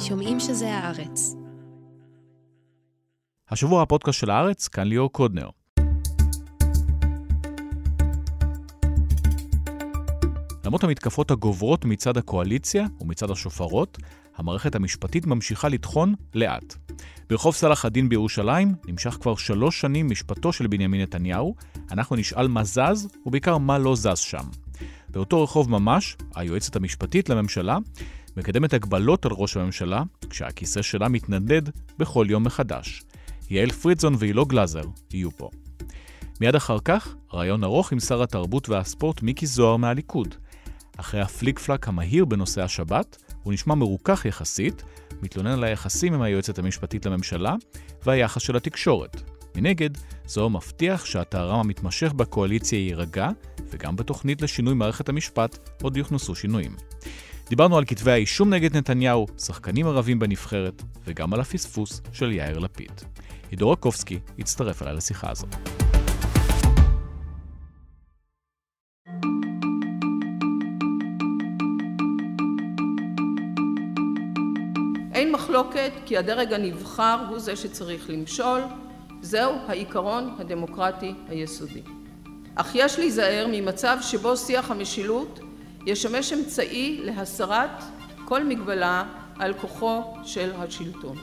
שומעים שזה הארץ. השבוע הפודקאסט של הארץ, כאן ליאור קודנר. למרות המתקפות הגוברות מצד הקואליציה ומצד השופרות, המערכת המשפטית ממשיכה לטחון לאט. ברחוב סלאח א-דין בירושלים נמשך כבר 3 שנים משפטו של בנימין נתניהו. אנחנו נשאל מה זז ובעיקר מה לא זז שם. באותו רחוב ממש, היועצת המשפטית לממשלה מקדמת הגבלות על ראש הממשלה, כשהכיסא שלה מתנדד בכל יום מחדש. יעל פרידזון והילוג גלזר יהיו פה. מיד אחר כך, ראיון ארוך עם שר התרבות והספורט מיקי זוהר מהליכוד. אחרי הפליק פלק המהיר בנושא השבת, הוא נשמע מרוכך יחסית, מתלונן על היחסים עם היועצת המשפטית לממשלה והיחס של התקשורת. מנגד, זוהר מבטיח שהטהרם המתמשך בקואליציה יירגע, וגם בתוכנית לשינוי מערכת המשפט עוד יוכנסו שינויים. דיברנו על כתבי האישום נגד נתניהו, שחקנים ערבים בנבחרת, וגם על הפספוס של יאיר לפיד. עידו רקובסקי הצטרף אליי לשיחה הזו. אין מחלוקת כי הדרג הנבחר הוא זה שצריך למשול, זהו העיקרון הדמוקרטי היסודי. אך יש להיזהר ממצב שבו שיח המשילות ישמש אמצעי להסרת כל מגבלה על כוחו של השלטון.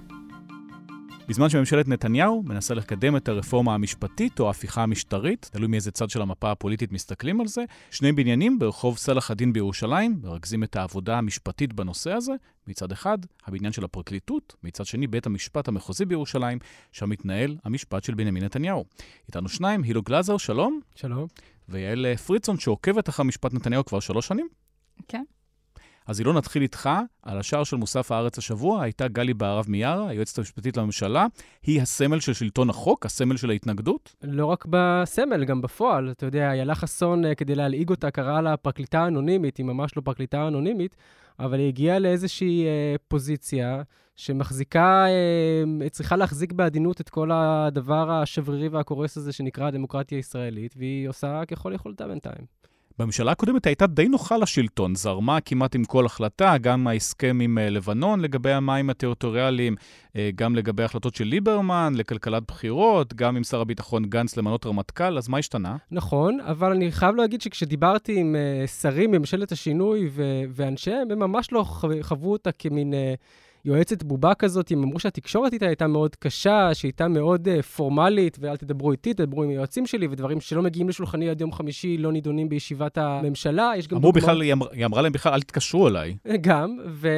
בזמן שממשלת נתניהו מנסה לקדם את הרפורמה המשפטית או ההפיכה המשטרית, תלוי מאיזה צד של המפה הפוליטית מסתכלים על זה, 2 בניינים ברחוב סלאח א-דין בירושלים מרכזים את העבודה המשפטית בנושא הזה. מצד אחד, הבניין של הפרקליטות, מצד שני, בית המשפט המחוזי בירושלים, שם מתנהל המשפט של בנימין נתניהו. איתנו 2, הילוג גלזר, שלום. שלום. ויעל פרידזון, שעוקבת אחר משפט נתניהו כבר 3 שנים. כן. אז לא נתחיל איתך. על השער של מוסף הארץ השבוע הייתה גלי בהרב מיארה, היועצת המשפטית לממשלה. היא הסמל של שלטון החוק, הסמל של ההתנגדות? לא רק בסמל, גם בפועל. אתה יודע, איילה חסון, כדי להלעיג אותה, קראה לה פרקליטה אנונימית, היא ממש לא פרקליטה אנונימית, אבל היא הגיעה לאיזושהי פוזיציה שמחזיקה, צריכה להחזיק בעדינות את כל הדבר השברירי והקורס הזה שנקרא הדמוקרטיה הישראלית, והיא עושה ככל יכולתה בינתיים. בממשלה הקודמת הייתה די נוחה לשלטון, זרמה כמעט עם כל החלטה, גם ההסכם עם לבנון לגבי המים הטריטוריאליים, גם לגבי החלטות של ליברמן, לכלכלת בחירות, גם עם שר הביטחון גנץ למנות רמטכ"ל, אז מה השתנה? נכון, אבל אני חייב להגיד שכשדיברתי עם שרים בממשלת השינוי ואנשיהם, הם ממש לא חוו אותה כמין יועצת בובה כזאת, הם אמרו שהתקשורת איתה הייתה מאוד קשה, שהייתה מאוד פורמלית, ואל תדברו איתי, תדברו עם היועצים שלי, ודברים שלא מגיעים לשולחני עד יום חמישי, לא נידונים בישיבת הממשלה. אמרו בכלל, היא אמרה להם בכלל, אל תתקשרו אליי. גם,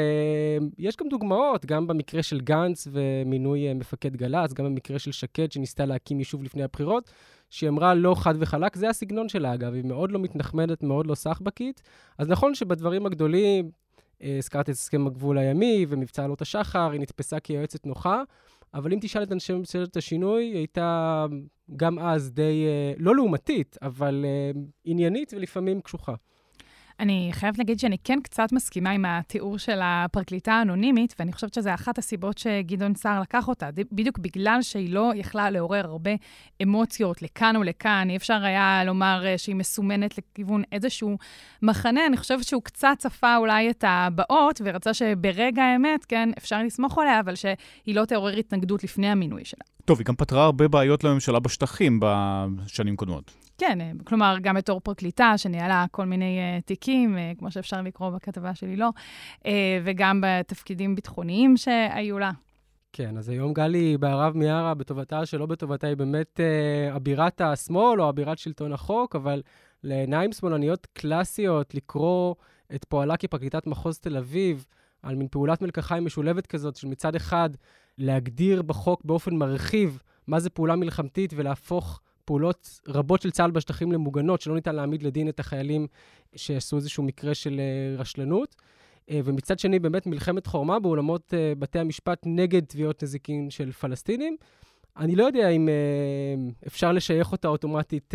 ויש גם דוגמאות, גם במקרה של גנץ ומינוי מפקד גל"צ, גם במקרה של שקד, שניסתה להקים יישוב לפני הבחירות, שהיא אמרה לא חד וחלק, זה הסגנון שלה אגב, היא מאוד לא מתנחמדת, מאוד לא סחבקית. אז נכון שבדברים הגדולים, הזכרתי את הסכם הגבול הימי ומבצע עלות השחר, היא נתפסה כיועצת נוחה, אבל אם תשאל את אנשי ממשלת השינוי, היא הייתה גם אז די, לא לעומתית, אבל עניינית ולפעמים קשוחה. אני חייבת להגיד שאני כן קצת מסכימה עם התיאור של הפרקליטה האנונימית, ואני חושבת שזה אחת הסיבות שגדעון סער לקח אותה, בדיוק בגלל שהיא לא יכלה לעורר הרבה אמוציות לכאן ולכאן, אי אפשר היה לומר שהיא מסומנת לכיוון איזשהו מחנה, אני חושבת שהוא קצת צפה אולי את הבאות, ורצה שברגע האמת, כן, אפשר לסמוך עליה, אבל שהיא לא תעורר התנגדות לפני המינוי שלה. טוב, היא גם פתרה הרבה בעיות לממשלה בשטחים בשנים קודמות. כן, כלומר, גם בתור פרקליטה שניהלה כל מיני תיקים, כמו שאפשר לקרוא בכתבה שלי לא, וגם בתפקידים ביטחוניים שהיו לה. כן, אז היום גלי בהרב מיארה, בטובתה שלא בטובתה, היא באמת אבירת השמאל או אבירת שלטון החוק, אבל לעיניים שמאלניות קלאסיות, לקרוא את פועלה כפרקליטת מחוז תל אביב, על מין פעולת מלקחיים משולבת כזאת, של מצד אחד להגדיר בחוק באופן מרחיב מה זה פעולה מלחמתית ולהפוך פעולות רבות של צה"ל בשטחים למוגנות, שלא ניתן להעמיד לדין את החיילים שעשו איזשהו מקרה של רשלנות. ומצד שני, באמת מלחמת חורמה בעולמות בתי המשפט נגד תביעות נזיקין של פלסטינים. אני לא יודע אם אפשר לשייך אותה אוטומטית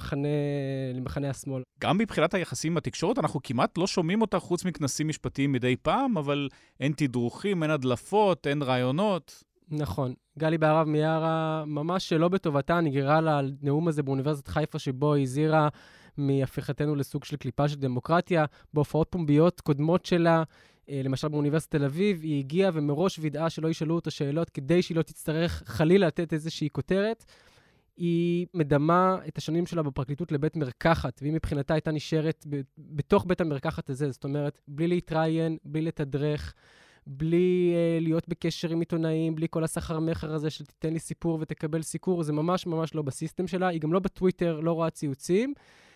למחנה השמאל. גם מבחינת היחסים עם התקשורת, אנחנו כמעט לא שומעים אותה חוץ מכנסים משפטיים מדי פעם, אבל אין תדרוכים, אין הדלפות, אין רעיונות. נכון. גלי בהרב מיארה ממש שלא בטובתה, נגררה לה על נאום הזה באוניברסיטת חיפה, שבו היא הזהירה מהפיכתנו לסוג של קליפה של דמוקרטיה. בהופעות פומביות קודמות שלה, למשל באוניברסיטת תל אביב, היא הגיעה ומראש וידעה שלא ישאלו אותה שאלות, כדי שהיא לא תצטרך חלילה לתת איזושהי כותרת. היא מדמה את השנים שלה בפרקליטות לבית מרקחת, והיא מבחינתה הייתה נשארת בתוך בית המרקחת הזה, זאת אומרת, בלי להתראיין, בלי לתדרך, בלי להיות בקשר עם עיתונאים, בלי כל הסחר מחר הזה של תיתן לי סיפור ותקבל סיקור, זה ממש ממש לא בסיסטם שלה, היא גם לא בטוויטר, לא רואה ציוצים.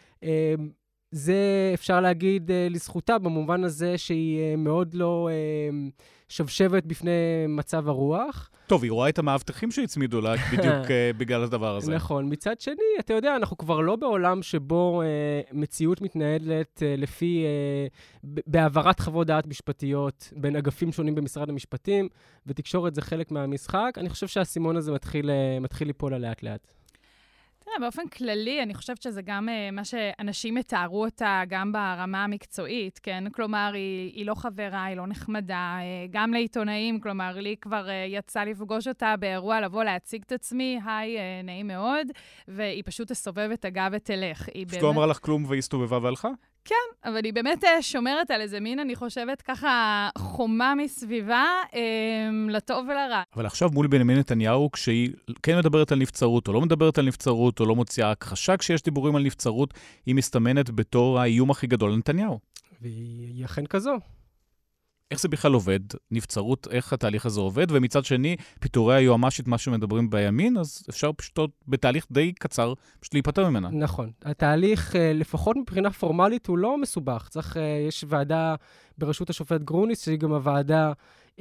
זה אפשר להגיד לזכותה במובן הזה שהיא מאוד לא שבשבת בפני מצב הרוח. טוב, היא רואה את המאבטחים שהצמידו לה בדיוק בגלל הדבר הזה. נכון. מצד שני, אתה יודע, אנחנו כבר לא בעולם שבו מציאות מתנהלת לפי, בהעברת חוות דעת משפטיות בין אגפים שונים במשרד המשפטים, ותקשורת זה חלק מהמשחק. אני חושב שהסימון הזה מתחיל ליפול לאט לאט. תראה, באופן כללי, אני חושבת שזה גם מה שאנשים מתארו אותה גם ברמה המקצועית, כן? כלומר, היא לא חברה, היא לא נחמדה, גם לעיתונאים, כלומר, לי כבר יצא לפגוש אותה באירוע לבוא להציג את עצמי, היי, נעים מאוד, והיא פשוט תסובב את הגב ותלך. פשוט לא אמרה לך כלום והיא הסתובבה והלכה? כן, אבל היא באמת שומרת על איזה מין, אני חושבת, ככה חומה מסביבה, לטוב ולרע. אבל עכשיו מול בנימין נתניהו, כשהיא כן מדברת על נבצרות, או לא מדברת על נבצרות, או לא מוציאה הכחשה כשיש דיבורים על נבצרות, היא מסתמנת בתור האיום הכי גדול לנתניהו. והיא אכן כזו. איך זה בכלל עובד? נבצרות, איך התהליך הזה עובד? ומצד שני, פיטורי היועמ"שית, מה שמדברים בימין, אז אפשר פשוט בתהליך די קצר, פשוט להיפטר ממנה. נכון. התהליך, לפחות מבחינה פורמלית, הוא לא מסובך. יש ועדה בראשות השופט גרוניס, שהיא גם הוועדה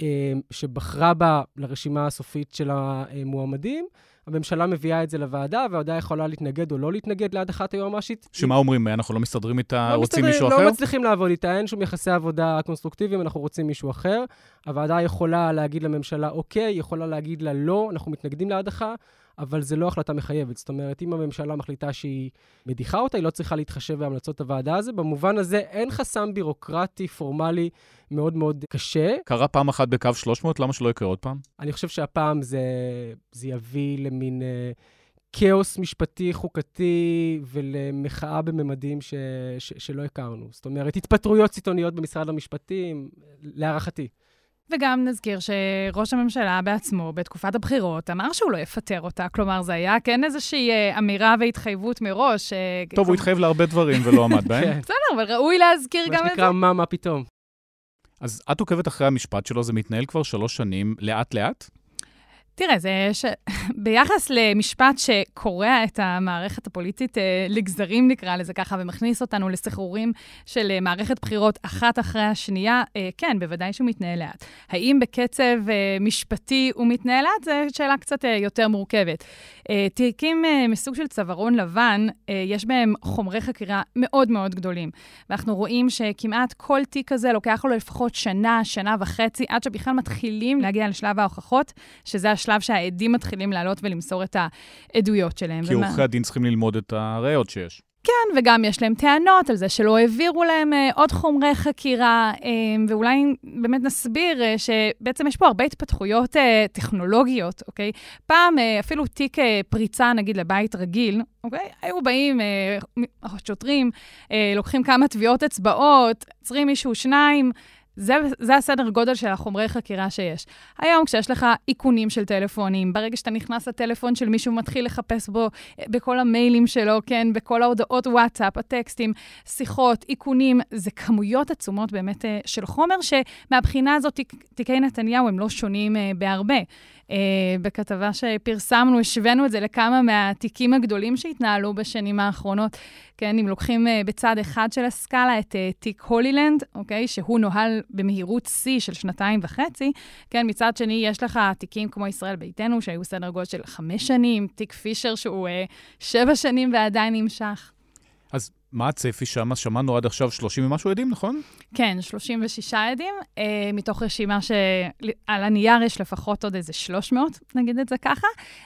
שבחרה בה לרשימה הסופית של המועמדים. הממשלה מביאה את זה לוועדה, והוועדה יכולה להתנגד או לא להתנגד להדחת היועמ"שית. שמה אומרים? אנחנו לא מסתדרים איתה, רוצים מישהו אחר? לא מצליחים לעבוד איתה, אין שום יחסי עבודה קונסטרוקטיביים, אנחנו רוצים מישהו אחר. הוועדה יכולה להגיד לממשלה, אוקיי, יכולה להגיד לה לא, אנחנו מתנגדים להדחה, אבל זה לא החלטה מחייבת. זאת אומרת, אם הממשלה מחליטה שהיא מדיחה אותה, היא לא צריכה להתחשב בהמלצות הוועדה הזה. במובן הזה אין חסם בירוקרטי, פורמלי, מאוד מאוד קשה. קרה פעם אחת בקו 300, למה שלא יקרה עוד פעם? אני חושב שהפעם זה יביא למין כאוס משפטי, חוקתי, ולמחאה בממדים שלא הכרנו. זאת אומרת, התפטרויות סיטוניות במשרד המשפטים, להערכתי. וגם נזכיר שראש הממשלה בעצמו, בתקופת הבחירות, אמר שהוא לא יפטר אותה. כלומר, זה היה כן איזושהי אמירה והתחייבות מראש. טוב, הוא התחייב להרבה דברים ולא עמד בהם. בסדר, אבל ראוי להזכיר גם את זה. מה שנקרא, מה פתאום. אז את עוקבת אחרי המשפט שלו, זה מתנהל כבר 3 שנים, לאט-לאט? תראה, ביחס למשפט שקורע את המערכת הפוליטית לגזרים, נקרא לזה ככה, ומכניס אותנו לסחרורים של מערכת בחירות אחת אחרי השנייה, כן, בוודאי שהוא מתנהל לאט. האם בקצב משפטי הוא מתנהל לאט? זו שאלה קצת יותר מורכבת. תיקים מסוג של צווארון לבן, יש בהם חומרי חקירה מאוד מאוד גדולים. ואנחנו רואים שכמעט כל תיק כזה לוקח לו לפחות שנה, שנה וחצי, עד שבכלל מתחילים להגיע לשלב ההוכחות, שזה השלב שהעדים מתחילים לעלות ולמסור את העדויות שלהם. כי עורכי הדין צריכים ללמוד את הראיות שיש. כן, וגם יש להם טענות על זה שלא העבירו להם עוד חומרי חקירה, ואולי באמת נסביר שבעצם יש פה הרבה התפתחויות טכנולוגיות, אוקיי? פעם אפילו תיק פריצה, נגיד, לבית רגיל, אוקיי? היו באים שוטרים, לוקחים כמה טביעות אצבעות, עצרים מישהו 2, זה הסדר גודל של החומרי חקירה שיש. היום כשיש לך איכונים של טלפונים, ברגע שאתה נכנס לטלפון של מישהו מתחיל לחפש בו, בכל המיילים שלו, כן, בכל ההודעות וואטסאפ, הטקסטים, שיחות, איכונים, זה כמויות עצומות באמת של חומר, שמהבחינה הזאת תיקי נתניהו הם לא שונים בהרבה. בכתבה שפרסמנו, השווינו את זה לכמה מהתיקים הגדולים שהתנהלו בשנים האחרונות. כן, אם לוקחים בצד אחד של הסקאלה את תיק הולילנד, אוקיי, שהוא נוהל במהירות C של 2.5, כן, מצד שני יש לך תיקים כמו ישראל ביתנו, שהיו סדר גודל של 5 שנים, תיק פישר שהוא 7 שנים ועדיין נמשך. אז מה הצפי שם? שמענו עד עכשיו 30 ומשהו עדים, נכון? כן, 36 עדים, מתוך רשימה שעל הנייר יש לפחות עוד איזה 300, נגיד את זה ככה.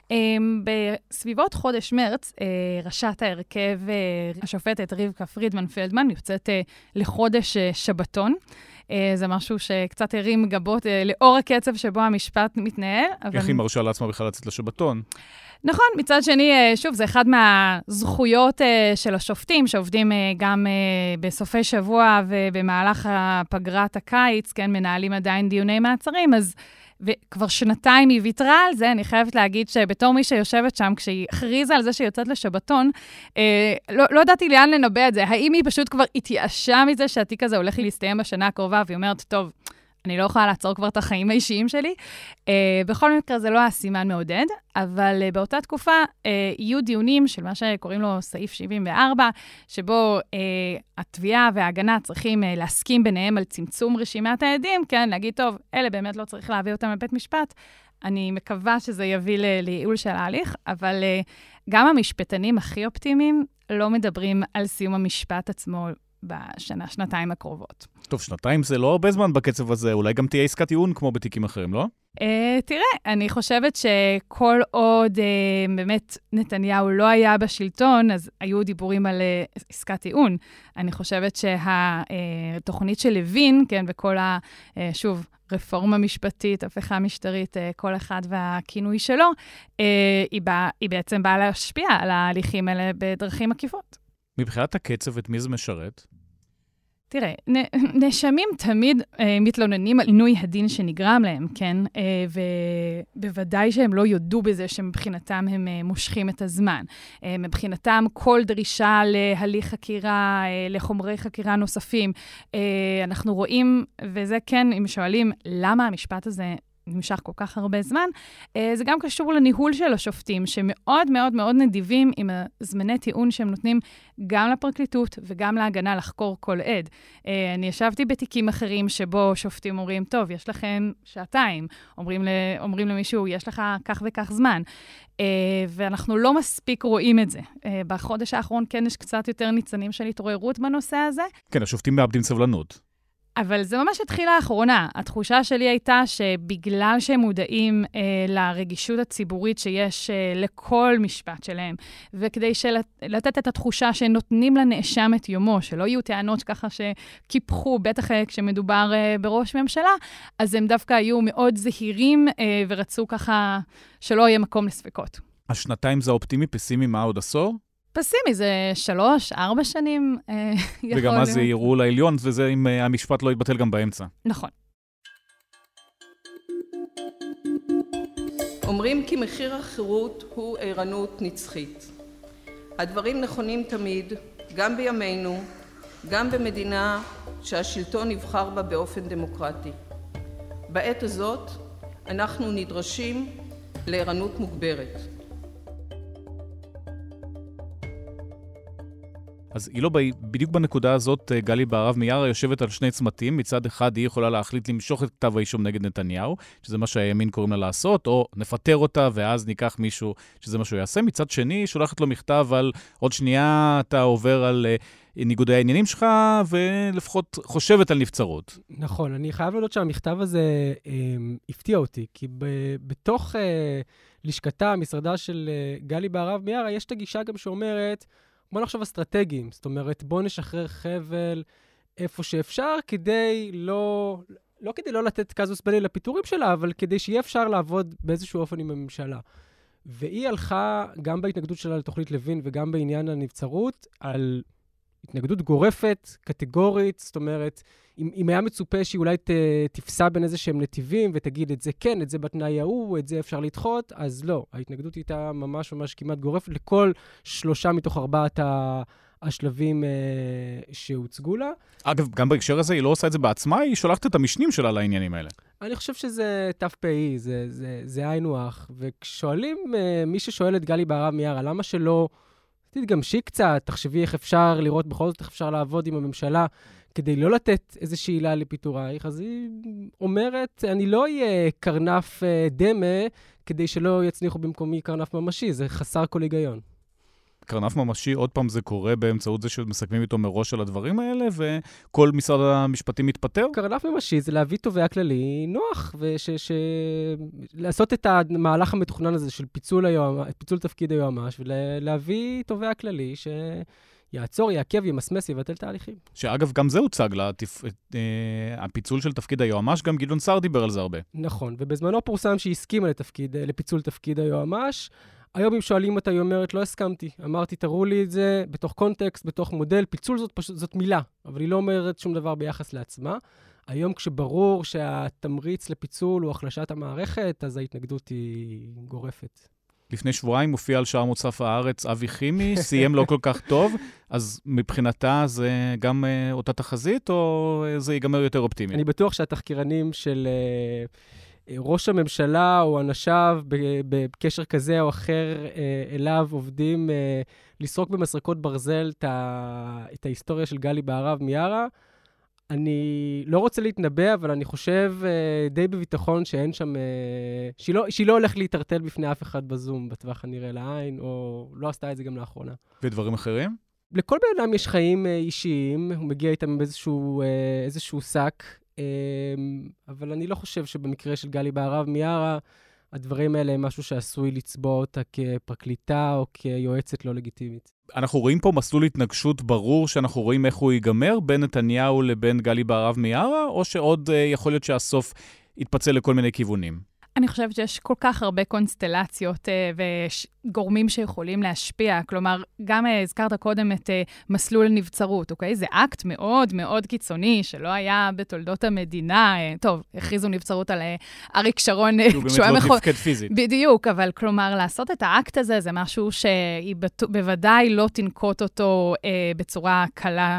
בסביבות חודש מרץ, ראשת ההרכב, השופטת רבקה פרידמן פלדמן, יוצאת לחודש שבתון. זה משהו שקצת הרים גבות לאור הקצב שבו המשפט מתנהל. איך היא מרשה לעצמה בכלל לצאת לשבתון? נכון, מצד שני, שוב, זה אחד מהזכויות של השופטים, שעובדים גם בסופי שבוע ובמהלך פגרת הקיץ, כן, מנהלים עדיין דיוני מעצרים, אז וכבר שנתיים היא ויתרה על זה, אני חייבת להגיד שבתור מי שיושבת שם, כשהיא הכריזה על זה שהיא יוצאת לשבתון, לא ידעתי לאן לנבא את זה. האם היא פשוט כבר התייאשה מזה שהתיק הזה הולך להסתיים בשנה הקרובה, והיא אומרת, טוב, אני לא יכולה לעצור כבר את החיים האישיים שלי. בכל מקרה, זה לא היה סימן מעודד, אבל באותה תקופה יהיו דיונים של מה שקוראים לו סעיף 74, שבו התביעה וההגנה צריכים להסכים ביניהם על צמצום רשימת העדים, כן, להגיד, טוב, אלה באמת לא צריך להביא אותם לבית משפט. אני מקווה שזה יביא לייעול של ההליך, אבל גם המשפטנים הכי אופטימיים לא מדברים על סיום המשפט עצמו בשנה-שנתיים הקרובות. טוב, שנתיים זה לא הרבה זמן בקצב הזה, אולי גם תהיה עסקת טיעון כמו בתיקים אחרים, לא? תראה, אני חושבת שכל עוד באמת נתניהו לא היה בשלטון, אז היו דיבורים על עסקת טיעון. אני חושבת שהתוכנית של לוין, כן, וכל שוב, רפורמה משפטית, הפיכה משטרית, כל אחד והכינוי שלו, היא בעצם באה להשפיע על ההליכים האלה בדרכים עקיפות. מבחינת הקצב, את מי זה משרת? תראה, נאשמים תמיד מתלוננים על עינוי הדין שנגרם להם, כן? ובוודאי שהם לא יודו בזה שמבחינתם הם מושכים את הזמן. מבחינתם כל דרישה להליך חקירה, לחומרי חקירה נוספים. אנחנו רואים, וזה כן, אם שואלים, למה המשפט הזה נמשך כל כך הרבה זמן, זה גם קשור לניהול של השופטים, שמאוד מאוד מאוד נדיבים עם הזמני טיעון שהם נותנים גם לפרקליטות וגם להגנה לחקור כל עד. אני ישבתי בתיקים אחרים שבו שופטים אומרים, טוב, יש לכם שעתיים, אומרים למישהו, יש לך כך וכך זמן, ואנחנו לא מספיק רואים את זה. בחודש האחרון כן יש קצת יותר ניצנים של התעוררות בנושא הזה. כן, השופטים מאבדים סבלנות. אבל זה ממש התחילה האחרונה. התחושה שלי הייתה שבגלל שהם מודעים לרגישות הציבורית שיש לכל משפט שלהם, וכדי לתת את התחושה שנותנים לנאשם את יומו, שלא יהיו טענות ככה שקיפחו, בטח כשמדובר בראש ממשלה, אז הם דווקא היו מאוד זהירים ורצו ככה שלא יהיה מקום לספקות. השנתיים זה אופטימי, פסימי, מה עוד עשור? פסימי, זה 3-4 שנים. וגם אז יראו לעליון, וזה אם המשפט לא יתבטל גם באמצע. נכון. אומרים כי מחיר החירות הוא ערנות נצחית. הדברים נכונים תמיד, גם בימינו, גם במדינה שהשלטון נבחר בה באופן דמוקרטי. בעת הזאת אנחנו נדרשים לערנות מוגברת. אז היא לא בדיוק בנקודה הזאת, גלי בהרב מיארה יושבת על שני צמתים. מצד אחד היא יכולה להחליט למשוך את כתב האישום נגד נתניהו, שזה מה שהימין קוראים לה לעשות, או נפטר אותה ואז ניקח מישהו שזה מה שהוא יעשה. מצד שני, היא שולחת לו מכתב על עוד שנייה אתה עובר על ניגודי העניינים שלך, ולפחות חושבת על נבצרות. נכון, אני חייב לדעת שהמכתב הזה הפתיע אותי, כי בתוך לשכתה, משרדה של גלי בהרב מיארה, יש את הגישה גם שאומרת, בוא נחשוב אסטרטגיים, זאת אומרת, בוא נשחרר חבל איפה שאפשר, כדי לא כדי לא לתת קזוס בלי לפיטורים שלה, אבל כדי שיהיה אפשר לעבוד באיזשהו אופן עם הממשלה. והיא הלכה גם בהתנגדות שלה לתוכנית לוין, וגם בעניין הנבצרות, על התנגדות גורפת, קטגורית, זאת אומרת, אם היה מצופה שהיא אולי תפסה בין איזה שהם נתיבים, ותגיד את זה כן, את זה בתנאי ההוא, את זה אפשר לדחות, אז לא. ההתנגדות הייתה ממש ממש כמעט גורפת לכל 3 מתוך 4 השלבים שהוצגו לה. אגב, גם בהקשר הזה היא לא עושה את זה בעצמה, היא שולחת את המשנים שלה לעניינים האלה. אני חושב שזה ת"פ, זה היינו הך. וכששואלים, מי ששואל את גלי בהרב מיארה, למה שלא תתגמשי קצת, תחשבי איך אפשר לראות בכל זאת, איך אפשר לעבוד עם הממשלה, כדי לא לתת איזושהי עילה לפיטורייך, אז היא אומרת, אני לא אהיה קרנף דמה, כדי שלא יצניחו במקומי קרנף ממשי, זה חסר כל היגיון. קרנף ממשי, עוד פעם זה קורה באמצעות זה שמסכמים איתו מראש על הדברים האלה, וכל משרד המשפטים מתפטר? קרנף ממשי זה להביא תובע כללי נוח, לעשות את המהלך המתוכנן הזה של פיצול תפקיד היועמ"ש, ולהביא תובע כללי יעצור, יעכב, ימסמס, יבטל תהליכים. שאגב, גם זה הוצג הפיצול של תפקיד היועמ"ש, גם גדעון סער דיבר על זה הרבה. נכון, ובזמנו פורסם שהיא הסכימה לפיצול תפקיד היועמ"ש, היום אם שואלים אותה, היא אומרת, לא הסכמתי. אמרתי, תראו לי את זה בתוך קונטקסט, בתוך מודל. פיצול זאת מילה, אבל היא לא אומרת שום דבר ביחס לעצמה. היום כשברור שהתמריץ לפיצול הוא החלשת המערכת, אז ההתנגדות היא גורפת. לפני שבועיים מופיע על שער מוצף הארץ אבי חימי, סיים לא כל כך טוב, אז מבחינתה זה גם אותה תחזית, או זה ייגמר יותר אופטימי? אני בטוח שהתחקירנים של ראש הממשלה או אנשיו בקשר כזה או אחר אליו עובדים לסרוק במסרקות ברזל את ההיסטוריה של גלי בהרב מיארה. אני לא רוצה להתנבא, אבל אני חושב די בביטחון שאין שם, שהיא לא הולך להתערטל בפני אף אחד בזום, בטווח הנראה לעין, או לא עשתה את זה גם לאחרונה. ודברים אחרים? לכל בן אדם יש חיים אישיים, הוא מגיע איתם באיזשהו שק, אבל אני לא חושב שבמקרה של גלי בהרב מיארה, הדברים האלה הם משהו שעשוי לצבוע אותה כפרקליטה או כיועצת לא לגיטימית. אנחנו רואים פה מסלול התנגשות ברור שאנחנו רואים איך הוא ייגמר בין נתניהו לבין גלי בהרב מיארה, או שעוד יכול להיות שהסוף יתפצל לכל מיני כיוונים? אני חושבת שיש כל כך הרבה קונסטלציות וגורמים שיכולים להשפיע. כלומר, גם הזכרת קודם את מסלול הנבצרות, אוקיי? זה אקט מאוד מאוד קיצוני שלא היה בתולדות המדינה. טוב, הכריזו נבצרות על אריק שרון. הוא באמת לא תפקד פיזית. בדיוק, אבל כלומר, לעשות את האקט הזה זה משהו שהיא בוודאי לא תנקוט אותו בצורה קלה.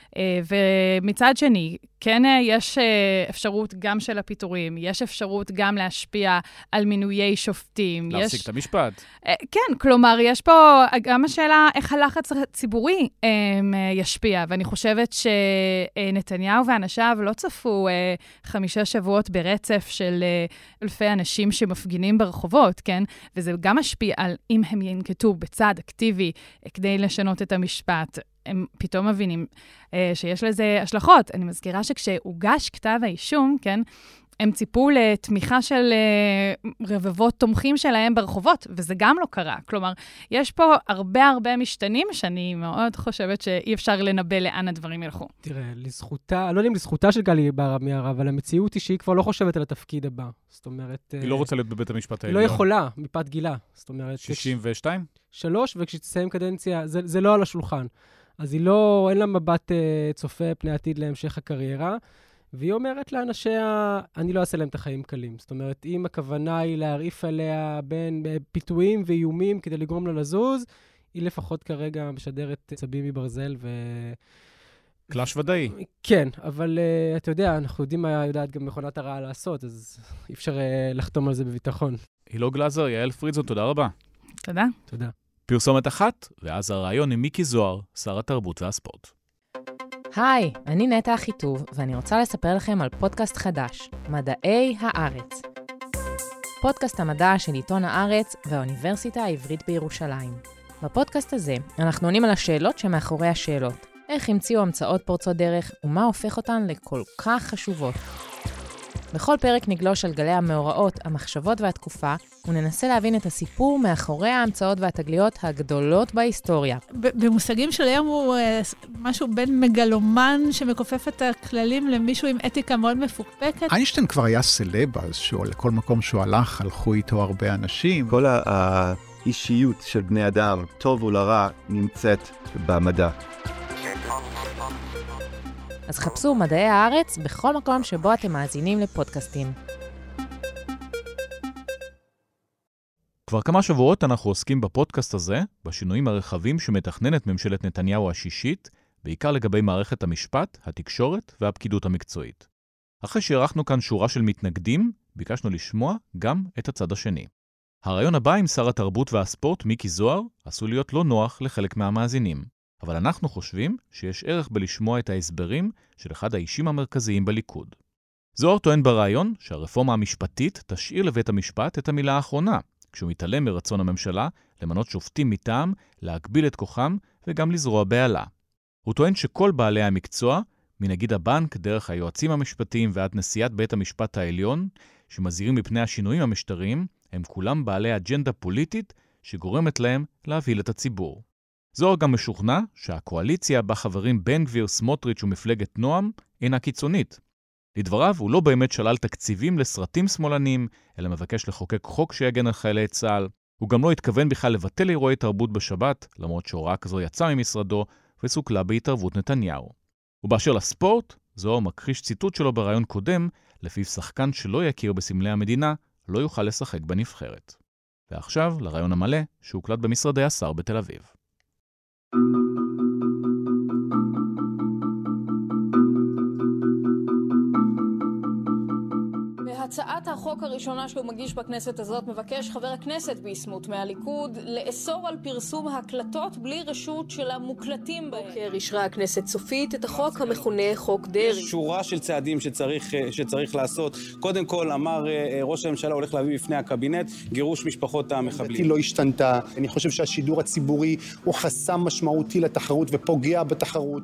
ומצד שני, כן יש אפשרות גם של הפיטורים, יש אפשרות גם להשפיע על מינויי שופטים. להפסיק את המשפט. כן, כלומר, יש פה גם השאלה איך הלחץ הציבורי ישפיע, ואני חושבת שנתניהו ואנשיו לא צפו 5 שבועות ברצף של אלפי אנשים שמפגינים ברחובות, כן? וזה גם משפיע על אם הם ינקטו בצד אקטיבי כדי לשנות את המשפט. הם פתאום מבינים שיש לזה השלכות. אני מזכירה שכשהוגש כתב האישום, כן, הם ציפו לתמיכה של רבבות תומכים שלהם ברחובות, וזה גם לא קרה. כלומר, יש פה הרבה משתנים שאני מאוד חושבת שאי אפשר לנבא לאן הדברים ילכו. תראה, לזכותה, לא יודעים לזכותה של גלי בהרב מיארה, אבל המציאות היא שהיא כבר לא חושבת על התפקיד הבא. זאת אומרת... היא לא רוצה להיות בבית המשפט העליון. היא לא יכולה, מפאת גילה. זאת אומרת... 62? 3, וכשתסיים קדנציה, זה לא על השולחן. אז היא לא, אין לה מבט צופה פני עתיד להמשך הקריירה, והיא אומרת לאנשיה, אני לא אעשה להם את החיים קלים. זאת אומרת, אם הכוונה היא להרעיף עליה בין פיתויים ואיומים כדי לגרום לה לזוז, היא לפחות כרגע משדרת צבים מברזל קלאש ודאי. כן, אבל אתה יודע, אנחנו יודעים מה יודעת גם מכונת הרעה לעשות, אז אי אפשר לחתום על זה בביטחון. הילו גלזר, יעל פרידזון, תודה רבה. תודה. תודה. פרסומת אחת, ואז הרעיון עם מיקי זוהר, שר התרבות והספורט. היי, אני נטע אחיטוב, ואני רוצה לספר לכם על פודקאסט חדש, מדעי הארץ. פודקאסט המדע של עיתון הארץ והאוניברסיטה העברית בירושלים. בפודקאסט הזה אנחנו עונים על השאלות שמאחורי השאלות. איך המציאו המצאות פורצות דרך, ומה הופך אותן לכל כך חשובות. בכל פרק נגלוש על גלי המאורעות, המחשבות והתקופה, וננסה להבין את הסיפור מאחורי ההמצאות והתגליות הגדולות בהיסטוריה. במושגים של היום הוא משהו בין מגלומן שמכופף את הכללים למישהו עם אתיקה מאוד מפוקפקת. איינשטיין כבר היה סלב, אז לכל מקום שהוא הלך, הלכו איתו הרבה אנשים. כל האישיות של בני אדם, טוב ולרע, נמצאת במדע. אז חפשו מדעי הארץ בכל מקום שבו אתם מאזינים לפודקאסטים. כבר כמה שבועות אנחנו עוסקים בפודקאסט הזה, בשינויים הרחבים שמתכננת ממשלת נתניהו השישית, בעיקר לגבי מערכת המשפט, התקשורת והפקידות המקצועית. אחרי שערכנו כאן שורה של מתנגדים, ביקשנו לשמוע גם את הצד השני. הרעיון הבא עם שר התרבות והספורט מיקי זוהר עשוי להיות לא נוח לחלק מהמאזינים. אבל אנחנו חושבים שיש ערך בלשמוע את ההסברים של אחד האישים המרכזיים בליכוד. זוהר טוען ברעיון שהרפורמה המשפטית תשאיר לבית המשפט את המילה האחרונה, כשהוא מתעלם מרצון הממשלה למנות שופטים מטעם, להגביל את כוחם וגם לזרוע בעלה. הוא טוען שכל בעלי המקצוע, מנגיד הבנק דרך היועצים המשפטיים ועד נשיאת בית המשפט העליון, שמזהירים מפני השינויים המשטריים, הם כולם בעלי אג'נדה פוליטית שגורמת להם להבהיל את הציבור. זוהר גם משוכנע שהקואליציה בה חברים בן גביר, סמוטריץ' ומפלגת נועם אינה קיצונית. לדבריו, הוא לא באמת שלל תקציבים לסרטים שמאלנים, אלא מבקש לחוקק חוק שיגן על חיילי צה"ל, הוא גם לא התכוון בכלל לבטל אירועי תרבות בשבת, למרות שהוראה כזו יצאה ממשרדו וסוכלה בהתערבות נתניהו. ובאשר לספורט, זוהר מקריש ציטוט שלו ברעיון קודם, לפיו שחקן שלא יכיר בסמלי המדינה לא יוכל לשחק בנבחרת. ועכשיו לרעיון המלא שהוקלט במשרדי השר בתל אביב. בהצעת החוק הראשונה שהוא מגיש בכנסת הזאת מבקש חבר הכנסת ביסמוט מהליכוד לאסור על פרסום הקלטות בלי רשות של המוקלטים בהם. בוקר אישרה הכנסת סופית את החוק המכונה חוק דרעי. יש שורה של צעדים שצריך לעשות. קודם כל אמר ראש הממשלה הולך להביא בפני הקבינט גירוש משפחות המחבלים. לא השתנתה. אני חושב שהשידור הציבורי הוא חסם משמעותי לתחרות ופוגע בתחרות.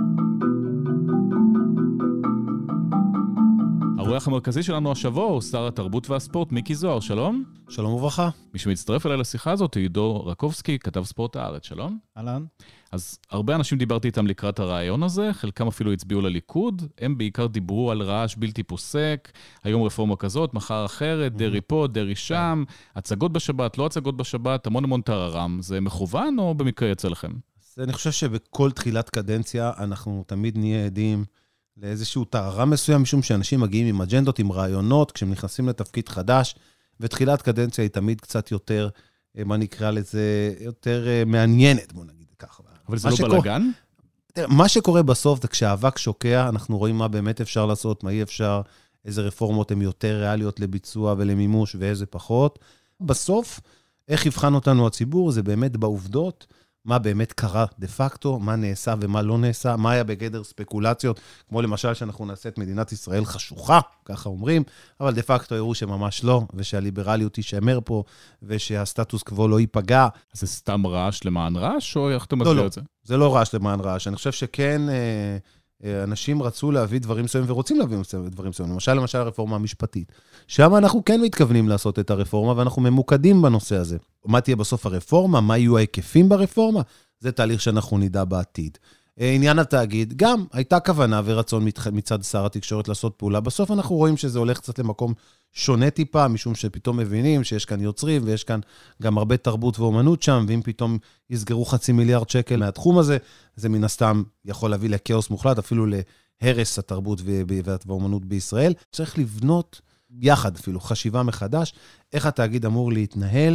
האורח המרכזי שלנו השבוע הוא שר התרבות והספורט מיקי זוהר, שלום. שלום וברכה. מי שמצטרף אליי לשיחה הזאת הוא עידו רקובסקי, כתב ספורט הארץ, שלום. אהלן. אז הרבה אנשים דיברתי איתם לקראת הרעיון הזה, חלקם אפילו הצביעו לליכוד, הם בעיקר דיברו על רעש בלתי פוסק, היום רפורמה כזאת, מחר אחרת, דרי פה, דרי שם, הצגות בשבת, לא הצגות בשבת, המון טררם, זה מכוון או במקרה יצא לכם? אני חושב שבכל תחילת קדנציה אנחנו תמיד נהיה עדים לאיזשהו טררם מסוים, משום שאנשים מגיעים עם אג'נדות, עם רעיונות, כשהם נכנסים לתפקיד חדש, ותחילת קדנציה היא תמיד קצת יותר, מה נקרא לזה, יותר מעניינת, בוא נגיד ככה. אבל זה לא בלגן? מה שקורה בסוף זה כשהאבק שוקע, אנחנו רואים מה באמת אפשר לעשות, מה אי אפשר, איזה רפורמות הן יותר ריאליות לביצוע ולמימוש ואיזה פחות. בסוף, איך יבחן אותנו הציבור, זה באמת בעובדות, מה באמת קרה דה פקטו, מה נעשה ומה לא נעשה, מה היה בגדר ספקולציות, כמו למשל שאנחנו נעשה את מדינת ישראל חשוכה, ככה אומרים, אבל דה פקטו יראו שממש לא, ושהליברליות יישמר פה, ושהסטטוס קוו לא ייפגע. זה סתם רעש למען רעש, או איך אתה מסביר את זה? זה לא רעש למען רעש. אני חושב שכן, אנשים רצו להביא דברים מסוימים, ורוצים להביא דברים מסוימים. למשל הרפורמה המשפטית. שם אנחנו כן מתכוונים לעשות את הרפורמה, ואנחנו ממוקדים בנושא הזה. מה תהיה בסוף הרפורמה? מה יהיו ההיקפים ברפורמה? זה תהליך שאנחנו נדע בעתיד. עניין התאגיד, גם הייתה כוונה ורצון מצד שר התקשורת לעשות פעולה. בסוף אנחנו רואים שזה הולך קצת למקום שונה טיפה, משום שפתאום מבינים שיש כאן יוצרים, ויש כאן גם הרבה תרבות ואומנות שם, ואם פתאום יסגרו 500 מיליארד שקל מהתחום הזה, זה מן הסתם יכול להביא לכאוס מוחלט, אפילו להרס התרבות והאומנות בישראל. צריך לבנות יחד אפילו, חשיבה מחדש, איך התאגיד אמור להתנהל,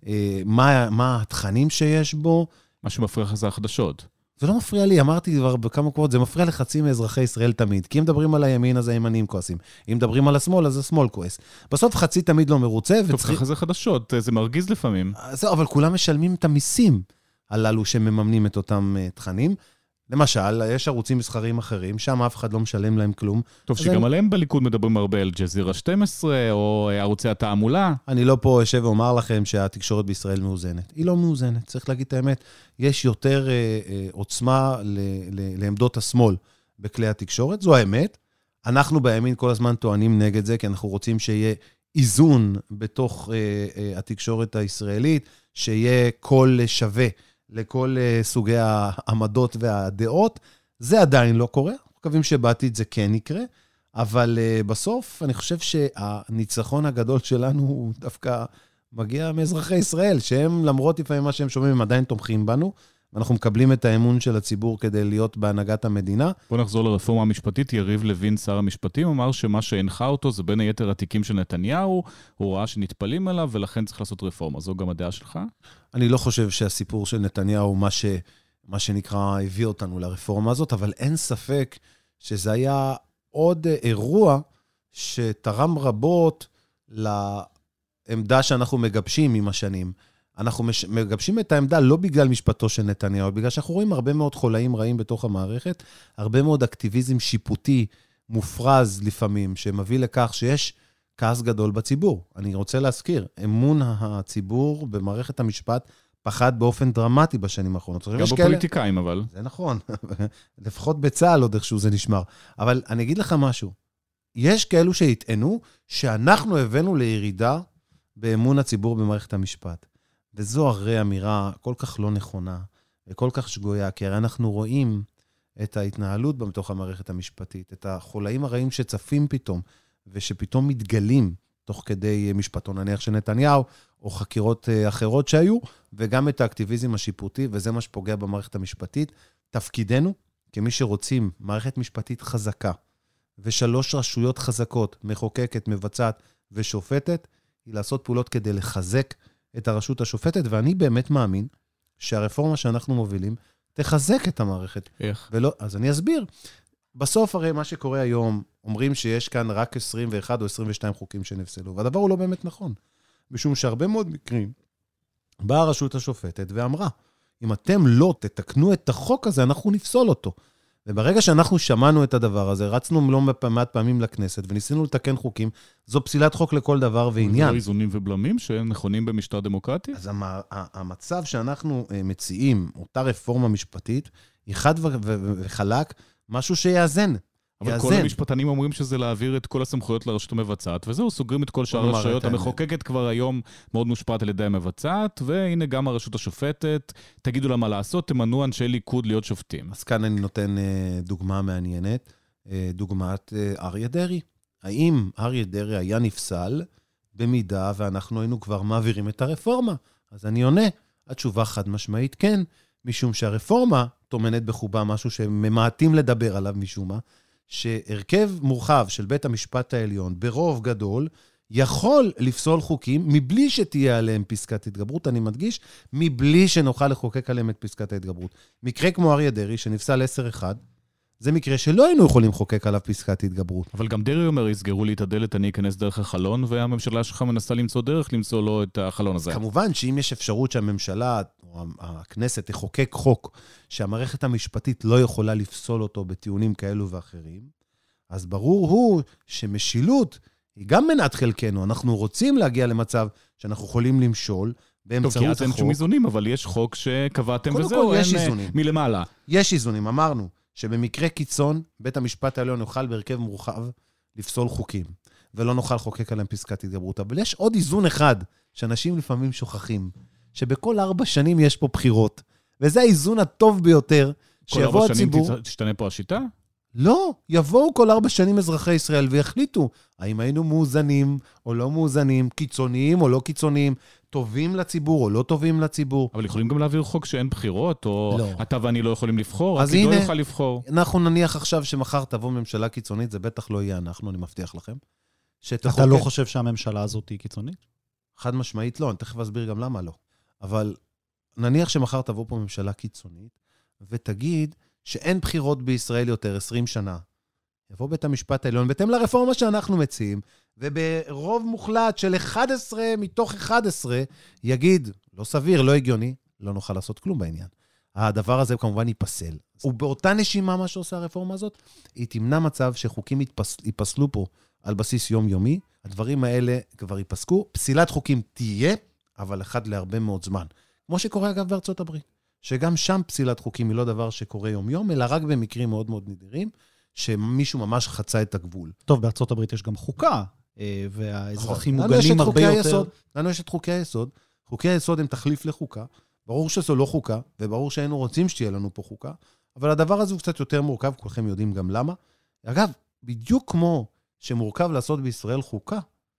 מה התכנים שיש בו. מה שמפריע לך זה החדשות. זה לא מפריע לי, אמרתי כבר בכמה קורות, זה מפריע לחצי מאזרחי ישראל תמיד, כי אם מדברים על הימין, אז הימנים כועסים. אם מדברים על השמאל, אז השמאל כועס. בסוף חצי תמיד לא מרוצה. טוב, ככה זה חדשות, זה מרגיז לפעמים. אבל כולם משלמים את המיסים הללו שמממנים את אותם תכנים. למשל, יש ערוצים מסחריים אחרים, שם אף אחד לא משלם להם כלום. טוב, שגם עליהם בליכוד מדברים הרבה על ג'זירה 12, או ערוצי התעמולה. אני לא פה יושב ואומר לכם שהתקשורת בישראל מאוזנת. היא לא מאוזנת, צריך להגיד את האמת. יש יותר עוצמה לעמדות השמאל בכלי התקשורת, זו האמת. אנחנו בימין כל הזמן טוענים נגד זה, כי אנחנו רוצים שיהיה איזון בתוך התקשורת הישראלית, שיהיה קול שווה לכל סוגי העמדות והדעות. זה עדיין לא קורה, מקווים שבעתיד זה כן יקרה, אבל בסוף אני חושב שהניצחון הגדול שלנו הוא דווקא מגיע מאזרחי ישראל, שהם למרות לפעמים מה שהם שומעים, הם עדיין תומכים בנו, ואנחנו מקבלים את האמון של הציבור כדי להיות בהנהגת המדינה. בוא נחזור לרפורמה המשפטית. יריב לוין, שר המשפטים, אמר שמה שהנחה אותו זה בין היתר התיקים של נתניהו, הוא ראה שנטפלים עליו, ולכן צריך לעשות רפורמה. זו גם הדעה שלך? אני לא חושב שהסיפור של נתניהו, מה שנקרא, הביא אותנו לרפורמה הזאת, אבל אין ספק שזה היה עוד אירוע שתרם רבות לעמדה שאנחנו מגבשים עם השנים. אנחנו מגבשים את העמדה לא בגלל משפטו של נתניהו, בגלל שאנחנו רואים הרבה מאוד חולאים רעים בתוך המערכת, הרבה מאוד אקטיביזם שיפוטי מופרז לפעמים, שמביא לכך שיש כעס גדול בציבור. אני רוצה להזכיר, אמון הציבור במערכת המשפט פחד באופן דרמטי בשנים האחרונות. גם בפוליטיקאים אבל. זה נכון, לפחות בצה"ל עוד איכשהו זה נשמר. אבל אני אגיד לך משהו, יש כאלו שהטענו שאנחנו הבאנו לירידה באמון הציבור במערכת המשפט. וזו הרי אמירה כל כך לא נכונה וכל כך שגויה, כי הרי אנחנו רואים את ההתנהלות בתוך המערכת המשפטית, את החולאים הרעים שצפים פתאום, ושפתאום מתגלים תוך כדי משפטו נניח של נתניהו, או חקירות אחרות שהיו, וגם את האקטיביזם השיפוטי, וזה מה שפוגע במערכת המשפטית. תפקידנו, כמי שרוצים מערכת משפטית חזקה, ושלוש רשויות חזקות, מחוקקת, מבצעת ושופטת, היא לעשות פעולות כדי לחזק את הרשות השופטת, ואני באמת מאמין שהרפורמה שאנחנו מובילים תחזק את המערכת. איך? אז אני אסביר. בסוף הרי מה שקורה היום, אומרים שיש כאן רק 21 או 22 חוקים שנפסלו, והדבר הוא לא באמת נכון. משום שהרבה מאוד מקרים באה הרשות השופטת ואמרה, אם אתם לא תתקנו את החוק הזה, אנחנו נפסול אותו. וברגע שאנחנו שמענו את הדבר הזה, רצנו לא מעט פעמים לכנסת, וניסינו לתקן חוקים, זו פסילת חוק לכל דבר ועניין. זה איזונים ובלמים שהם נכונים במשטר דמוקרטי? אז המצב שאנחנו מציעים, אותה רפורמה משפטית, היא חד וחלק, משהו שיאזן. אבל כל המשפטנים אומרים שזה להעביר את כל הסמכויות לרשות המבצעת, וזהו, סוגרים את כל שאר הרשויות. המחוקקת כבר היום מאוד מושפעת על ידי המבצעת, והנה גם הרשות השופטת, תגידו לה מה לעשות, תמנו אנשי ליכוד להיות שופטים. אז כאן אני נותן דוגמה מעניינת, דוגמת אריה דרעי. האם אריה דרעי היה נפסל במידה ואנחנו היינו כבר מעבירים את הרפורמה? אז אני עונה, התשובה חד משמעית כן, משום שהרפורמה טומנת בחובה משהו שממעטים לדבר עליו משום מה, שהרכב מורחב של בית המשפט העליון ברוב גדול יכול לפסול חוקים מבלי שתהיה עליהם פסקת התגברות, אני מדגיש, מבלי שנוכל לחוקק עליהם את פסקת ההתגברות. מקרה כמו אריה דרעי שנפסל 10-1, זה מקרה שלא היינו יכולים לחוקק עליו פסקת התגברות. אבל גם דרעי אומר, יסגרו לי את הדלת, אני אכנס דרך החלון, והממשלה שלך מנסה למצוא דרך למצוא לו את החלון הזה. כמובן שאם יש אפשרות שהממשלה או הכנסת תחוקק חוק שהמערכת המשפטית לא יכולה לפסול אותו בטיעונים כאלו ואחרים, אז ברור הוא שמשילות היא גם מנת חלקנו. אנחנו רוצים להגיע למצב שאנחנו יכולים למשול באמצעות החוק. טוב, כי אז אין שום איזונים, אבל יש חוק שקבעתם וזהו, אין מלמעלה. יש איזונים, אמרנו. שבמקרה קיצון, בית המשפט העליון יוכל בהרכב מורחב לפסול חוקים, ולא נוכל לחוקק עליהם פסקת התגברות. אבל יש עוד איזון אחד, שאנשים לפעמים שוכחים, שבכל 4 שנים יש פה בחירות, וזה האיזון הטוב ביותר, שיבוא הציבור... כל 4 שנים תשתנה פה השיטה? לא, יבואו כל 4 שנים אזרחי ישראל ויחליטו, האם היינו מאוזנים או לא מאוזנים, קיצוניים או לא קיצוניים, טובים לציבור או לא טובים לציבור. אבל יכולים גם להעביר חוק שאין בחירות, או לא. אתה ואני לא יכולים לבחור, אז הנה, לא יוכל לבחור. אנחנו נניח עכשיו שמחר תבוא ממשלה קיצונית, זה בטח לא יהיה אנחנו, אני מבטיח לכם. אתה לא חושב שהממשלה הזאת היא קיצונית? חד משמעית לא, אני תכף אסביר גם למה לא. אבל נניח שמחר תבוא פה ממשלה קיצונית, ותגיד שאין בחירות בישראל יותר 20 שנה. יבוא בית המשפט העליון, בהתאם לרפורמה שאנחנו מציעים, וברוב מוחלט של 11 מתוך 11, יגיד, לא סביר, לא הגיוני, לא נוכל לעשות כלום בעניין. הדבר הזה כמובן ייפסל. ובאותה נשימה מה שעושה הרפורמה הזאת, היא תמנע מצב שחוקים ייפסלו פה על בסיס יומיומי, הדברים האלה כבר ייפסקו, פסילת חוקים תהיה, אבל אחד להרבה מאוד זמן. כמו שקורה אגב בארצות הברית, שגם שם פסילת חוקים היא לא דבר שקורה יום-יום, אלא רק במקרים מאוד מאוד נדירים, שמישהו ממש חצה את הגבול. טוב, בארצות הברית יש גם חוקה, והאזרחים מוגנים הרבה יותר. לנו יש את חוקי היסוד. חוקי היסוד הם תחליף לחוקה. ברור שזו לא חוקה, וברור שהיינו רוצים שתהיה לנו פה חוקה, אבל הדבר הזה הוא קצת יותר מורכב, כולכם יודעים גם למה. אגב, בדיוק כמו שמורכב לעשות בישראל חוקה,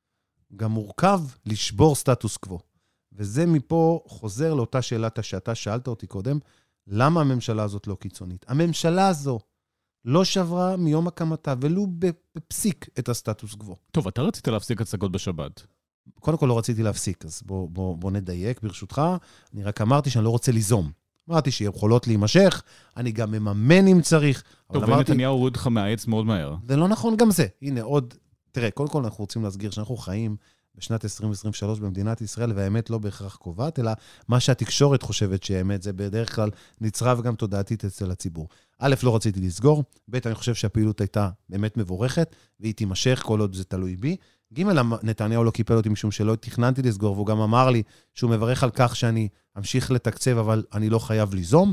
גם מורכב לשבור סטטוס קוו. וזה מפה חוזר לאותה שאלה שאתה שאלת אותי קודם, למה הממשלה הזאת לא קיצונית? הממשלה הזו לא שברה מיום הקמתה, ולו בפסיק את הסטטוס קוו. טוב, אתה רצית להפסיק הצגות בשבת. קודם כל לא רציתי להפסיק, אז בוא נדייק ברשותך. אני רק אמרתי שאני לא רוצה ליזום. אמרתי שיכולות להימשך, אני גם מממן אם צריך. טוב, ונתניהו הוריד לך מהעץ מאוד מהר. זה לא נכון גם זה. הנה עוד, תראה, קודם כל אנחנו רוצים להסגיר שאנחנו חיים בשנת 2023 במדינת ישראל, והאמת לא בהכרח קובעת, אלא מה שהתקשורת חושבת שהאמת, זה בדרך כלל נצרב גם תודעתית אצל הציבור. א', לא רציתי לסגור, ב', אני חושב שהפעילות הייתה באמת מבורכת, והיא תימשך כל עוד זה תלוי בי. ג', נתניהו לא קיפל אותי משום שלא תכננתי לסגור, והוא גם אמר לי שהוא מברך על כך שאני אמשיך לתקצב, אבל אני לא חייב ליזום.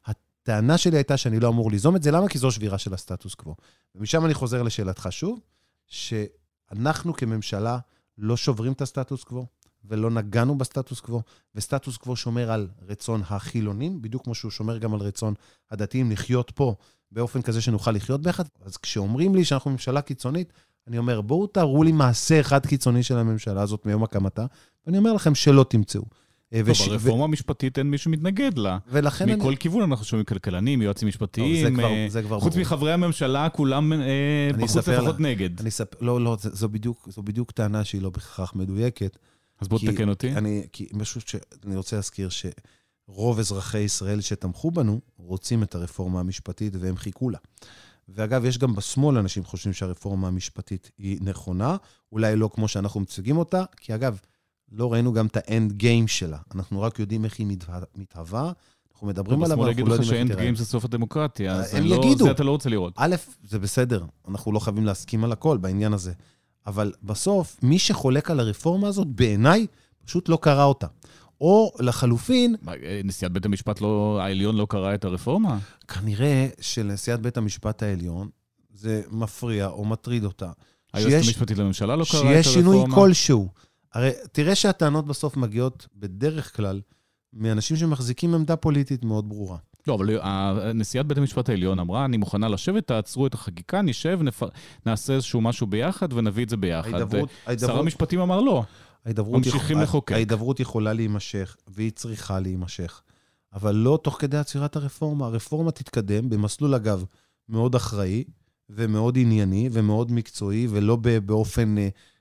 הטענה שלי הייתה שאני לא אמור ליזום את זה, למה? כי זו שבירה של הסטטוס קוו. ומשם אני חוזר לשאלתך שוב, שאנחנו כממשלה לא שוברים את הסטטוס קוו, ולא נגענו בסטטוס קוו, וסטטוס קוו שומר על רצון החילונים, בדיוק כמו שהוא שומר גם על רצון הדתיים לחיות פה, באופן כזה שנוכל לחיות ביחד. אז כשאומרים לי שאנחנו ממשלה קיצונית, אני אומר, בואו תראו לי מעשה אחד קיצוני של הממשלה הזאת מיום הקמתה, ואני אומר לכם שלא תמצאו. טוב, הרפורמה המשפטית אין מישהו מתנגד לה. מכל כיוון אנחנו שומעים כלכלנים, יועצים משפטיים, חוץ מחברי הממשלה, כולם בחוץ לפחות נגד. לא, זו בדיוק טענה שהיא לא בכך מדויקת. אז בוא תתקן אותי. כי משהו שאני רוצה להזכיר שרוב אזרחי ישראל שתמכו בנו, רוצים את הרפורמה המשפטית והם חיכו לה. ואגב, יש גם בשמאל אנשים חושבים שהרפורמה המשפטית היא נכונה, אולי לא כמו שאנחנו מציגים אותה, כי אגב, לא ראינו גם את האנד גיים שלה. אנחנו רק יודעים איך היא מתהווה, אנחנו מדברים עליו, אנחנו לא יודעים איך היא תראה. בשמאל יגידו לך שאנד גיים זה סוף הדמוקרטיה, הם יגידו. זה אתה לא רוצה לראות. א', זה בסדר, אנחנו לא חייבים להסכים על הכל בעניין הזה. אבל בסוף, מי שחולק על הרפורמה הזאת, בעיניי, פשוט לא קרא אותה. או לחלופין... נשיאת בית המשפט העליון לא קרא את הרפורמה? כנראה שלנשיאת בית המשפט העליון, זה מפריע או מטריד אותה. היועצת המשפטית לממשלה לא קרא את הרפורמה? שיש שינוי כלשהו. הרי תראה שהטענות בסוף מגיעות בדרך כלל מאנשים שמחזיקים עמדה פוליטית מאוד ברורה. לא, אבל נשיאת בית המשפט העליון אמרה, אני מוכנה לשבת, תעצרו את החקיקה, נשב, נעשה איזשהו משהו ביחד ונביא את זה ביחד. שר המשפטים אמר לא. ממשיכים לחוקק. ההידברות יכולה להימשך, והיא צריכה להימשך. אבל לא תוך כדי עצירת הרפורמה. הרפורמה תתקדם במסלול, אגב, מאוד אחראי, ומאוד ענייני, ומאוד מקצועי, ולא באופן,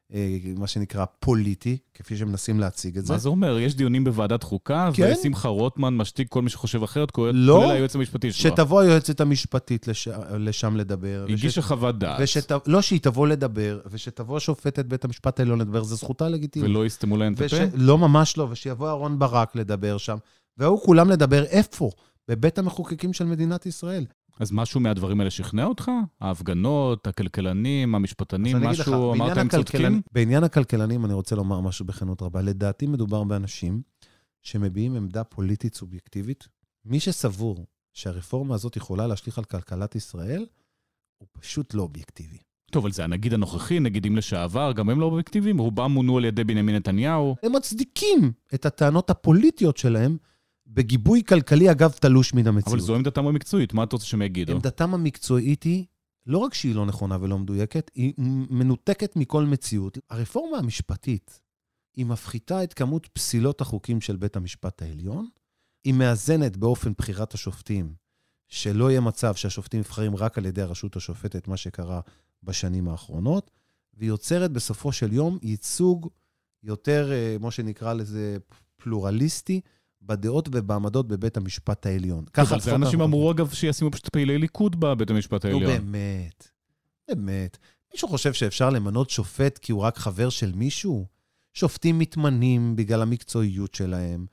מה שנקרא, פוליטי, כפי שמנסים להציג את זה. מה זה אומר? יש דיונים בוועדת חוקה, ושמחה רוטמן משתיק כל מי שחושב אחרת, כולל היועץ המשפטי שלו. שתבוא היועצת המשפטית לשם לדבר. הגישה חוות דעת. לא, שהיא תבוא לדבר, ושתבוא שופטת בית המשפט העליון לדבר, זו זכותה לגיטימית. ולא יסתמו להן את הפה? לא, ממש לא, ושיבוא אהרון ברק לדבר שם, והוא כולם לדבר איפה? בבית המחוקקים של מדינת ישראל. אז משהו מהדברים האלה שכנע אותך? ההפגנות, הכלכלנים, המשפטנים, משהו, אמרת הם צודקים? בעניין הכלכלנים אני רוצה לומר משהו בכנות רבה. לדעתי מדובר באנשים שמביעים עמדה פוליטית סובייקטיבית. מי שסבור שהרפורמה הזאת יכולה להשליך על כלכלת ישראל, הוא פשוט לא אובייקטיבי. טוב, אבל זה הנגיד הנוכחי, נגידים לשעבר, גם הם לא אובייקטיביים, רובם מונו על ידי בנימין נתניהו. הם מצדיקים את הטענות הפוליטיות שלהם, בגיבוי כלכלי, אגב, תלוש מן המציאות. אבל זו עמדתם המקצועית, מה אתה רוצה שהם יגידו? עמדתם המקצועית היא, לא רק שהיא לא נכונה ולא מדויקת, היא מנותקת מכל מציאות. הרפורמה המשפטית, היא מפחיתה את כמות פסילות החוקים של בית המשפט העליון, היא מאזנת באופן בחירת השופטים, שלא יהיה מצב שהשופטים נבחרים רק על ידי הרשות השופטת, מה שקרה בשנים האחרונות, והיא יוצרת בסופו של יום ייצוג יותר, מה שנקרא לזה פלורליסטי, בדעות ובעמדות בבית המשפט העליון. אבל זה אנשים אמרו אגב שישימו פשוט פעילי ליכוד בבית המשפט העליון. באמת. מישהו חושב שאפשר למנות שופט כי הוא רק חבר של מישהו? שופטים מתמנים בגלל המקצועיות שלהם.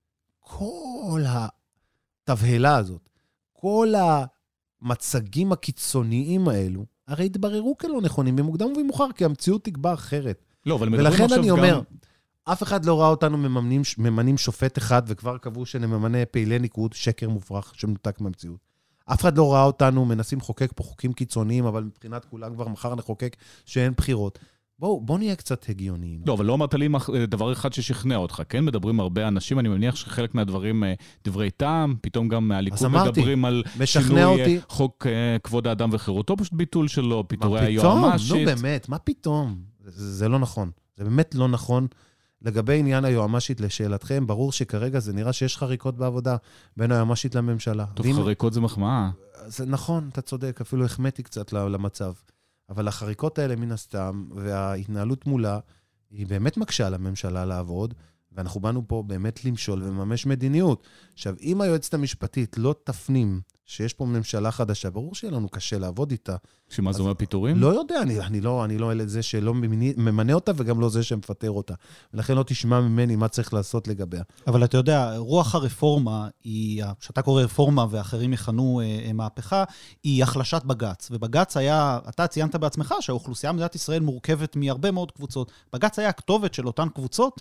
כל התבהלה הזאת, כל המצגים הקיצוניים האלו, הרי התבררו כלא נכונים, במוקדם ובמאוחר, כי המציאות תקבע אחרת. לא, אבל מדברים עכשיו גם... ולכן אני אומר... אף אחד לא ראה אותנו ממנים שופט אחד, וכבר קבעו שנמנה פעילי ניקוד, שקר מופרך שמנותק מהמציאות. אף אחד לא ראה אותנו מנסים לחוקק פה חוקים קיצוניים, אבל מבחינת כולם כבר מחר נחוקק שאין בחירות. בואו נהיה קצת הגיוניים. לא, אבל לא אמרת לי דבר אחד ששכנע אותך, כן? מדברים הרבה אנשים, אני מניח שחלק מהדברים דברי טעם, פתאום גם מהליכוד מדברים על שינוי חוק כבוד האדם וחירותו, פשוט ביטול שלו, פיטורי היועמ"שית. נו באמת, מה פתאום? זה לא נכון. זה באמת לא נכון. לגבי עניין היועמ"שית לשאלתכם, ברור שכרגע זה נראה שיש חריקות בעבודה בין היועמ"שית לממשלה. טוב, חריקות זה מחמאה. זה נכון, אתה צודק, אפילו החמאתי קצת למצב. אבל החריקות האלה מן הסתם, וההתנהלות מולה, היא באמת מקשה על הממשלה לעבוד, ואנחנו באנו פה באמת למשול וממש מדיניות. עכשיו, אם היועצת המשפטית לא תפנים שיש פה ממשלה חדשה, ברור שיהיה לנו קשה לעבוד איתה. שמה זה אומר פיטורים? לא יודע, אני לא אלה זה שלא ממנה אותה, וגם לא זה שמפטר אותה. ולכן לא תשמע ממני מה צריך לעשות לגביה. אבל אתה יודע, רוח הרפורמה, שאתה קורא רפורמה ואחרים יכנו מהפכה, היא החלשת בג"ץ. ובג"ץ היה, אתה ציינת בעצמך שהאוכלוסייה במדינת ישראל מורכבת מהרבה מאוד קבוצות. בג"ץ היה הכתובת של אותן קבוצות,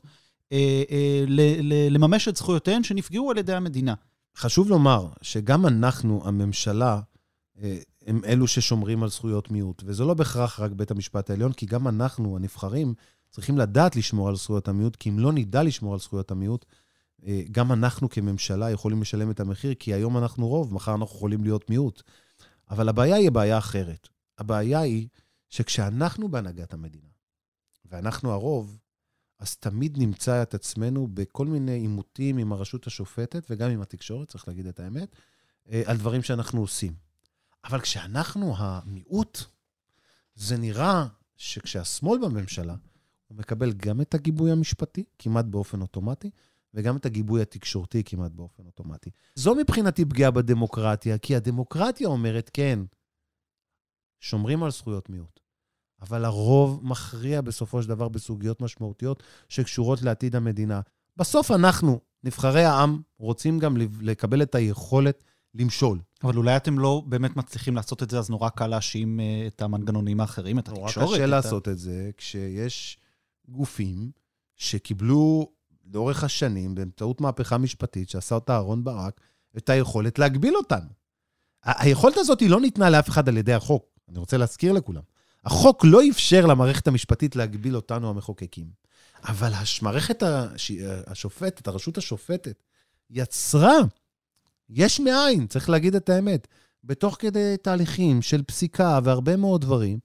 לממש את זכויותיהן שנפגעו על ידי המדינה. חשוב לומר שגם אנחנו, הממשלה, הם אלו ששומרים על זכויות מיעוט, וזה לא בהכרח רק בית המשפט העליון, כי גם אנחנו, הנבחרים, צריכים לדעת לשמור על זכויות המיעוט, כי אם לא נדע לשמור על זכויות המיעוט, גם אנחנו כממשלה יכולים לשלם את המחיר, כי היום אנחנו רוב, מחר אנחנו יכולים להיות מיעוט. אבל הבעיה היא בעיה אחרת. הבעיה היא שכשאנחנו בהנהגת המדינה, ואנחנו הרוב, אז תמיד נמצא את עצמנו בכל מיני עימותים עם הרשות השופטת, וגם עם התקשורת, צריך להגיד את האמת, על דברים שאנחנו עושים. אבל כשאנחנו המיעוט, זה נראה שכשהשמאל בממשלה, הוא מקבל גם את הגיבוי המשפטי, כמעט באופן אוטומטי, וגם את הגיבוי התקשורתי כמעט באופן אוטומטי. זו מבחינתי פגיעה בדמוקרטיה, כי הדמוקרטיה אומרת, כן, שומרים על זכויות מיעוט, אבל הרוב מכריע בסופו של דבר בסוגיות משמעותיות שקשורות לעתיד המדינה. בסוף אנחנו, נבחרי העם, רוצים גם לקבל את היכולת למשול. אבל אולי אתם לא באמת מצליחים לעשות את זה, אז נורא קל להאשים את המנגנונים האחרים, את התקשורת. נורא קשה לעשות את זה, כשיש גופים שקיבלו לאורך השנים, באמצעות מהפכה משפטית, שעשה אותה אהרון ברק, את היכולת להגביל אותנו. היכולת הזאת היא לא ניתנה לאף אחד על ידי החוק. אני רוצה להזכיר לכולם. החוק לא אפשר למערכת המשפטית להגביל אותנו המחוקקים. אבל המערכת השופטת, הרשות השופטת, יצרה, יש מאין, צריך להגיד את האמת, בתוך כדי תהליכים של פסיקה והרבה מאוד דברים,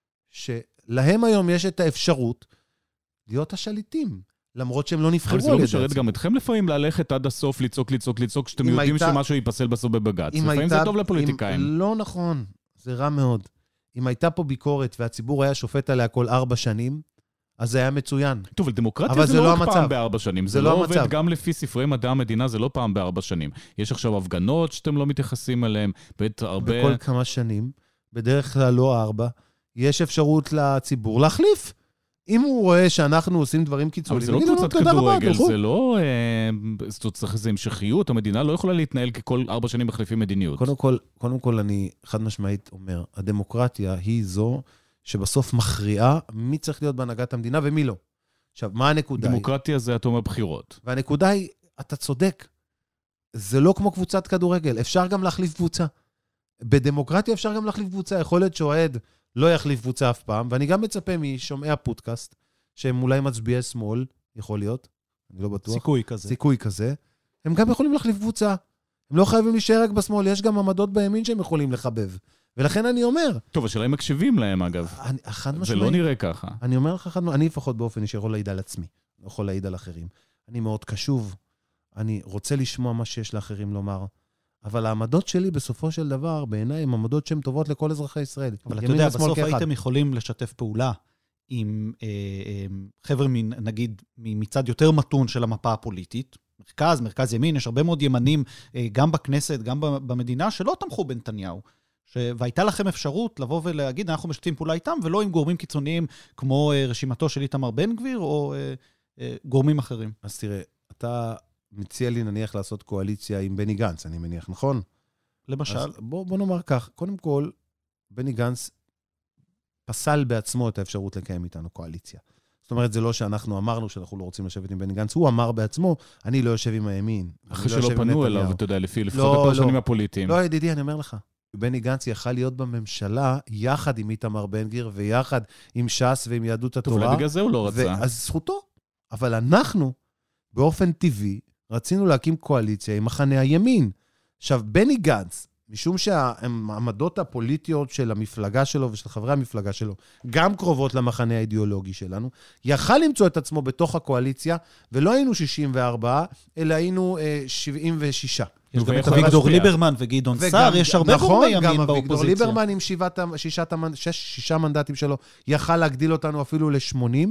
שלהם היום יש את האפשרות להיות השליטים, למרות שהם לא נבחרו על ידי. אבל זה לא משרת גם אתכם לפעמים ללכת עד הסוף, לצעוק, כשאתם יודעים שמשהו ייפסל בסוף בבג"ץ. לפעמים זה טוב לפוליטיקאים. לא נכון, זה רע מאוד. אם הייתה פה ביקורת והציבור היה שופט עליה כל 4 שנים, אז זה היה מצוין. טוב, אבל דמוקרטיה זה לא רק פעם ב4 שנים. זה לא עובד גם לפי ספרי מדע המדינה, זה לא פעם ב4 שנים. יש עכשיו הפגנות שאתם לא מתייחסים אליהן, בכל כמה שנים, בדרך כלל לא 4, יש אפשרות לציבור להחליף. אם הוא רואה שאנחנו עושים דברים קיצוניים, אבל זה לא קבוצת כדורגל, זה לא... זאת צריך איזו המשכיות, המדינה לא יכולה להתנהל ככל 4 שנים מחליפים מדיניות. קודם כל, אני חד משמעית אומר, הדמוקרטיה היא זו שבסוף מכריעה מי צריך להיות בהנהגת המדינה ומי לא. עכשיו, מה הנקודה? דמוקרטיה זה, אתה אומר, בחירות. והנקודה היא, אתה צודק, זה לא כמו קבוצת כדורגל, אפשר גם להחליף קבוצה. בדמוקרטיה אפשר גם להחליף קבוצה, יכול להיות שאוהד לא יחליף קבוצה אף פעם, ואני גם מצפה משומעי הפודקאסט, שהם אולי מצביעי שמאל, יכול להיות, אני לא בטוח. סיכוי כזה. הם גם יכולים להחליף קבוצה. הם לא חייבים להישאר רק בשמאל, יש גם עמדות בימין שהם יכולים לחבב. ולכן אני אומר... טוב, השאלה הם מקשיבים להם, אגב. זה לא נראה ככה. אני אומר לך, אני לפחות באופן אישי יכול להעיד על עצמי, לא יכול להעיד על אחרים. אני מאוד קשוב, אני רוצה לשמוע מה שיש לאחרים לומר, אבל העמדות שלי בסופו של דבר, בעיניי, הן עמדות שהן טובות לכל אזרחי ישראל. אבל אתה יודע, בסוף הייתם יכולים לשתף פעולה עם חבר'ה, נגיד, מצד יותר מתון של המפה הפוליטית, מרכז ימין, יש הרבה מאוד ימנים, גם בכנסת, גם במדינה, שלא תמכו בנתניהו. והייתה לכם אפשרות לבוא ולהגיד, אנחנו משתפים פעולה איתם, ולא עם גורמים קיצוניים, כמו רשימתו של איתמר בן גביר, או גורמים אחרים. אז תראה, אתה מציע לי נניח לעשות קואליציה עם בני גנץ, אני מניח, נכון? למשל. אז בוא נאמר כך, קודם כל, בני גנץ פסל בעצמו את האפשרות לקיים איתנו קואליציה. זאת אומרת, זה לא שאנחנו אמרנו שאנחנו לא רוצים לשבת עם בני גנץ, הוא אמר בעצמו, אני לא יושב עם הימין. אחרי שלא פנו אליו, אתה יודע, לפחות הפרשנים הפוליטיים. לא, ידידי, אני אומר לך. בני גנץ יכל להיות בממשלה יחד עם איתמר בן גביר ויחד עם ש"ס ועם יהדות התורה. טוב, בגלל זה הוא לא רצה. אז זכותו. אבל אנחנו, באופן טבעי, רצינו להקים קואליציה עם מחנה הימין. עכשיו, בני גנץ, משום שהעמדות הפוליטיות של המפלגה שלו ושל חברי המפלגה שלו, גם קרובות למחנה האידיאולוגי שלנו, יכל למצוא את עצמו בתוך הקואליציה, ולא היינו 64, אלא היינו 76. יש גם את אביגדור ליברמן וגדעון סער, יש הרבה גורמי ימין באופוזיציה. גם אביגדור ליברמן עם 6 מנדטים שלו, יכל להגדיל אותנו אפילו ל-80,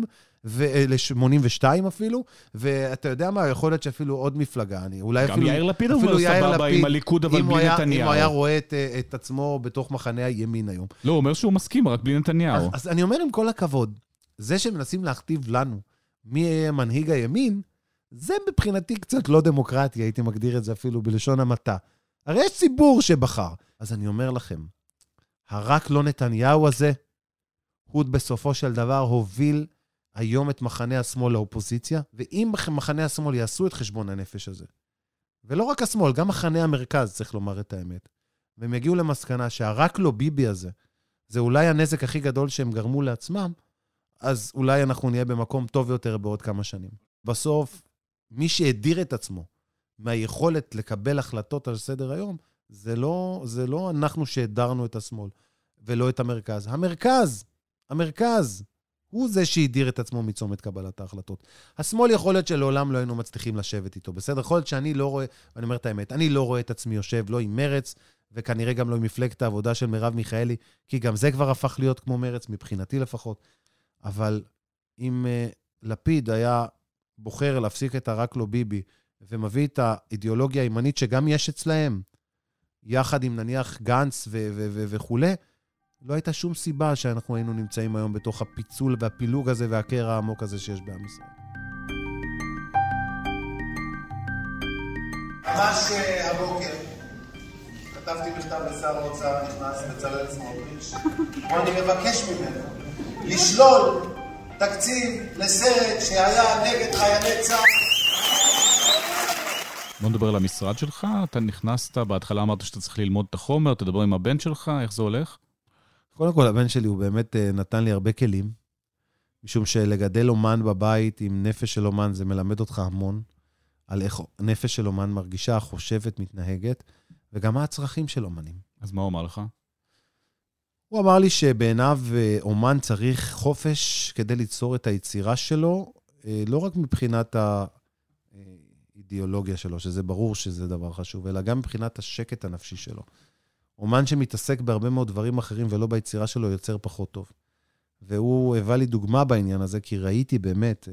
ל-82 אפילו, ואתה יודע מה, יכול להיות שאפילו עוד מפלגה, גם יאיר לפיד הוא סבבה עם הליכוד, אבל בלי נתניהו. אם הוא היה רואה את עצמו בתוך מחנה הימין היום. לא, הוא אומר שהוא מסכים, רק בלי נתניהו. אז אני אומר עם כל הכבוד, זה שמנסים להכתיב לנו מי יהיה מנהיג הימין, זה מבחינתי קצת לא דמוקרטיה, הייתי מגדיר את זה אפילו בלשון המעטה. הרי יש ציבור שבחר. אז אני אומר לכם, הרק לא נתניהו הזה, הוא בסופו של דבר הוביל היום את מחנה השמאל לאופוזיציה, ואם מחנה השמאל יעשו את חשבון הנפש הזה, ולא רק השמאל, גם מחנה המרכז, צריך לומר את האמת, והם יגיעו למסקנה שהרק לא ביבי הזה, זה אולי הנזק הכי גדול שהם גרמו לעצמם, אז אולי אנחנו נהיה במקום טוב יותר בעוד כמה שנים. בסוף, מי שהדיר את עצמו מהיכולת לקבל החלטות על סדר היום, זה לא אנחנו שהדרנו את השמאל, ולא את המרכז. המרכז הוא זה שהדיר את עצמו מצומת קבלת ההחלטות. השמאל יכול להיות שלעולם לא היינו מצליחים לשבת איתו. בסדר, יכול להיות שאני לא רואה, אני אומר את האמת, אני לא רואה את עצמי יושב, לא עם מרץ, וכנראה גם לא עם מפלגת העבודה של מרב מיכאלי, כי גם זה כבר הפך להיות כמו מרץ, מבחינתי לפחות. אבל אם לפיד היה בוחר להפסיק את הרק לא ביבי, ומביא את האידיאולוגיה הימנית שגם יש אצלהם, יחד עם נניח גנץ וכו', לא הייתה שום סיבה שאנחנו היינו נמצאים היום בתוך הפיצול והפילוג הזה והקרע העמוק הזה שיש בעם ישראל. ממש הבוקר כתבתי מכתב לשר האוצר נכנס בצלאל סמוטריץ', ואני מבקש ממנו לשלול תקציב לסרט שהיה נגד חיילי צה"ל. בוא נדבר על המשרד שלך, אתה נכנסת, בהתחלה אמרת שאתה צריך ללמוד את החומר, תדבר עם הבן שלך, איך זה הולך? קודם כל, הבן שלי הוא באמת נתן לי הרבה כלים, משום שלגדל אומן בבית עם נפש של אומן, זה מלמד אותך המון, על איך נפש של אומן מרגישה, חושבת, מתנהגת, וגם מה הצרכים של אומנים. אז מה הוא אמר לך? הוא אמר לי שבעיניו אומן צריך חופש כדי ליצור את היצירה שלו, לא רק מבחינת האידיאולוגיה שלו, שזה ברור שזה דבר חשוב, אלא גם מבחינת השקט הנפשי שלו. אומן שמתעסק בהרבה מאוד דברים אחרים ולא ביצירה שלו יוצר פחות טוב. והוא הבא לי דוגמה בעניין הזה, כי ראיתי באמת,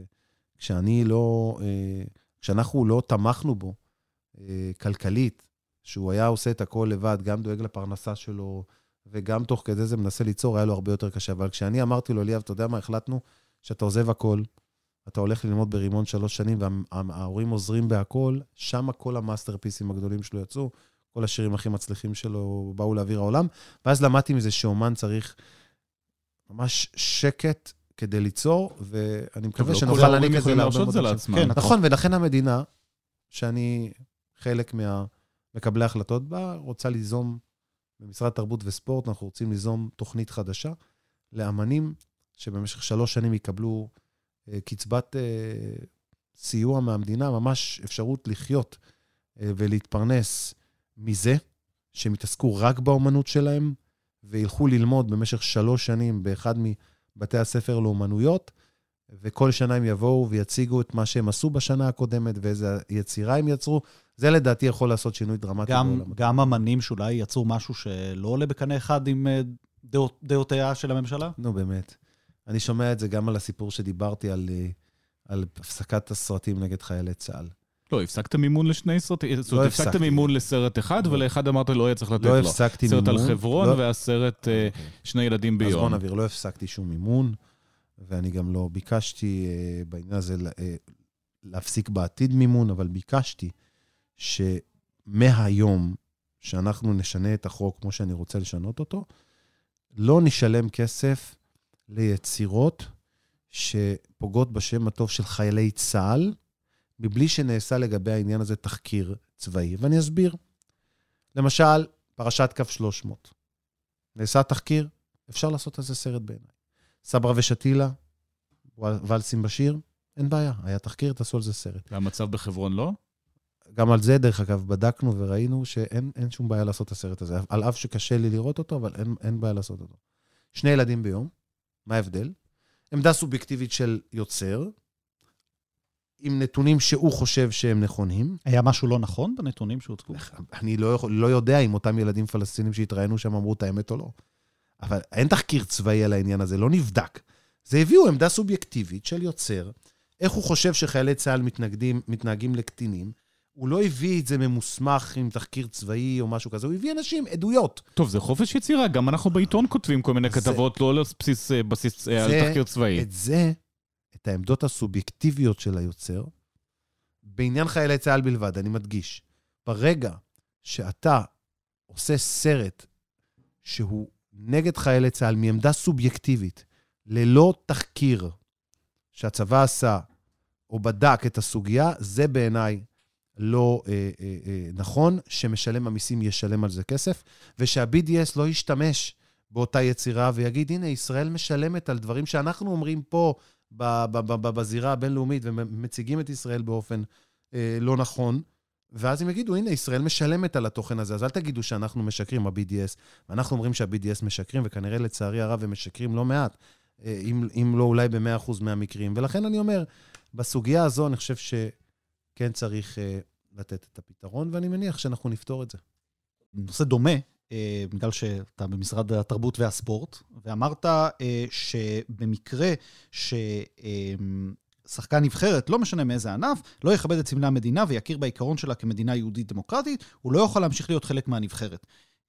כשאנחנו לא תמכנו בו כלכלית, שהוא היה עושה את הכל לבד, גם דואג לפרנסה שלו, וגם תוך כדי זה מנסה ליצור, היה לו הרבה יותר קשה. אבל כשאני אמרתי לו, ליאב, אתה יודע מה, החלטנו שאתה עוזב הכל, אתה הולך ללמוד ברימון 3 שנים, וההורים עוזרים בהכל, שם כל המאסטרפיסים הגדולים שלו יצאו, כל השירים הכי מצליחים שלו באו לאוויר העולם, ואז למדתי מזה שאומן צריך ממש שקט כדי ליצור, ואני מקווה שנוכל להניק את זה להרבה מאוד אנשים. כן, נכון, ולכן המדינה, שאני חלק מהמקבלי ההחלטות בה, רוצה ליזום במשרד תרבות וספורט, אנחנו רוצים ליזום תוכנית חדשה, לאמנים שבמשך 3 שנים יקבלו קצבת סיוע מהמדינה, ממש אפשרות לחיות ולהתפרנס מזה, שהם יתעסקו רק באומנות שלהם, וילכו ללמוד במשך 3 שנים באחד מבתי הספר לאומנויות, וכל שנה הם יבואו ויציגו את מה שהם עשו בשנה הקודמת, ואיזה יצירה הם יצרו. זה לדעתי יכול לעשות שינוי דרמטי בעולם. גם אמנים שאולי יצרו משהו שלא עולה בקנה אחד עם דעותיה של הממשלה? נו, באמת. אני שומע את זה גם על הסיפור שדיברתי על הפסקת הסרטים נגד חיילי צה"ל. לא, הפסקת מימון לשני סרטים. זאת אומרת, הפסקת מימון לסרט אחד, ולאחד אמרת לא היה צריך לתת לו. לא הפסקתי מימון. סרט על חברון והסרט 2 ילדים ביום. אז בוא נעביר, לא הפסקתי שום מימון, ואני גם לא ביקשתי בעניין הזה להפסיק בעתיד מימון, אבל ביקשתי שמהיום שאנחנו נשנה את החוק כמו שאני רוצה לשנות אותו, לא נשלם כסף ליצירות שפוגעות בשם הטוב של חיילי צה"ל, מבלי שנעשה לגבי העניין הזה תחקיר צבאי. ואני אסביר. למשל, פרשת קו 300. נעשה תחקיר, אפשר לעשות על זה סרט בעיניי. סברה ושתילה, ולסים בשיר, אין בעיה. היה תחקיר, תעשו על זה סרט. והמצב בחברון לא? גם על זה, דרך אגב, בדקנו וראינו שאין שום בעיה לעשות את הסרט הזה. על אף שקשה לי לראות אותו, אבל אין בעיה לעשות אותו. 2 ילדים ביום, מה ההבדל? עמדה סובייקטיבית של יוצר, עם נתונים שהוא חושב שהם נכונים. היה משהו לא נכון בנתונים שהוצגו? אני לא יודע אם אותם ילדים פלסטינים שהתראינו שם אמרו את האמת או לא. אבל אין תחקיר צבאי על העניין הזה, לא נבדק. זה הביאו עמדה סובייקטיבית של יוצר, איך הוא חושב שחיילי צה"ל מתנהגים לקטינים, הוא לא הביא את זה ממוסמך עם תחקיר צבאי או משהו כזה, הוא הביא אנשים, עדויות. טוב, זה חופש יצירה, גם אנחנו בעיתון כותבים כל מיני כתבות, לא על בסיס על תחקיר צבאי. את העמדות הסובייקטיביות של היוצר, בעניין חיילי צה"ל בלבד, אני מדגיש, ברגע שאתה עושה סרט שהוא נגד חיילי צה"ל מעמדה סובייקטיבית, ללא תחקיר שהצבא עשה או בדק את הסוגיה, זה בעיניי לא נכון, שמשלם המיסים ישלם על זה כסף, שה-BDS לא ישתמש באותה יצירה ויגיד, הנה, ישראל משלמת על דברים שאנחנו אומרים פה בזירה הבינלאומית, ומציגים את ישראל באופן לא נכון, ואז הם יגידו, הנה, ישראל משלמת על התוכן הזה, אז אל תגידו שאנחנו משקרים, ה-BDS, ואנחנו אומרים שה-BDS משקרים, וכנראה לצערי הרב הם משקרים לא מעט. אם לא אולי ב100% מהמקרים. ולכן אני אומר, בסוגיה הזו אני חושב שכן צריך לתת את הפתרון, ואני מניח שאנחנו נפתור את זה. נושא דומה, בגלל שאתה במשרד התרבות והספורט, ואמרת שבמקרה ששחקן נבחרת, לא משנה מאיזה ענף, לא יכבד את סמלי המדינה ויכיר בעיקרון שלה כמדינה יהודית דמוקרטית, הוא לא יוכל להמשיך להיות חלק מהנבחרת.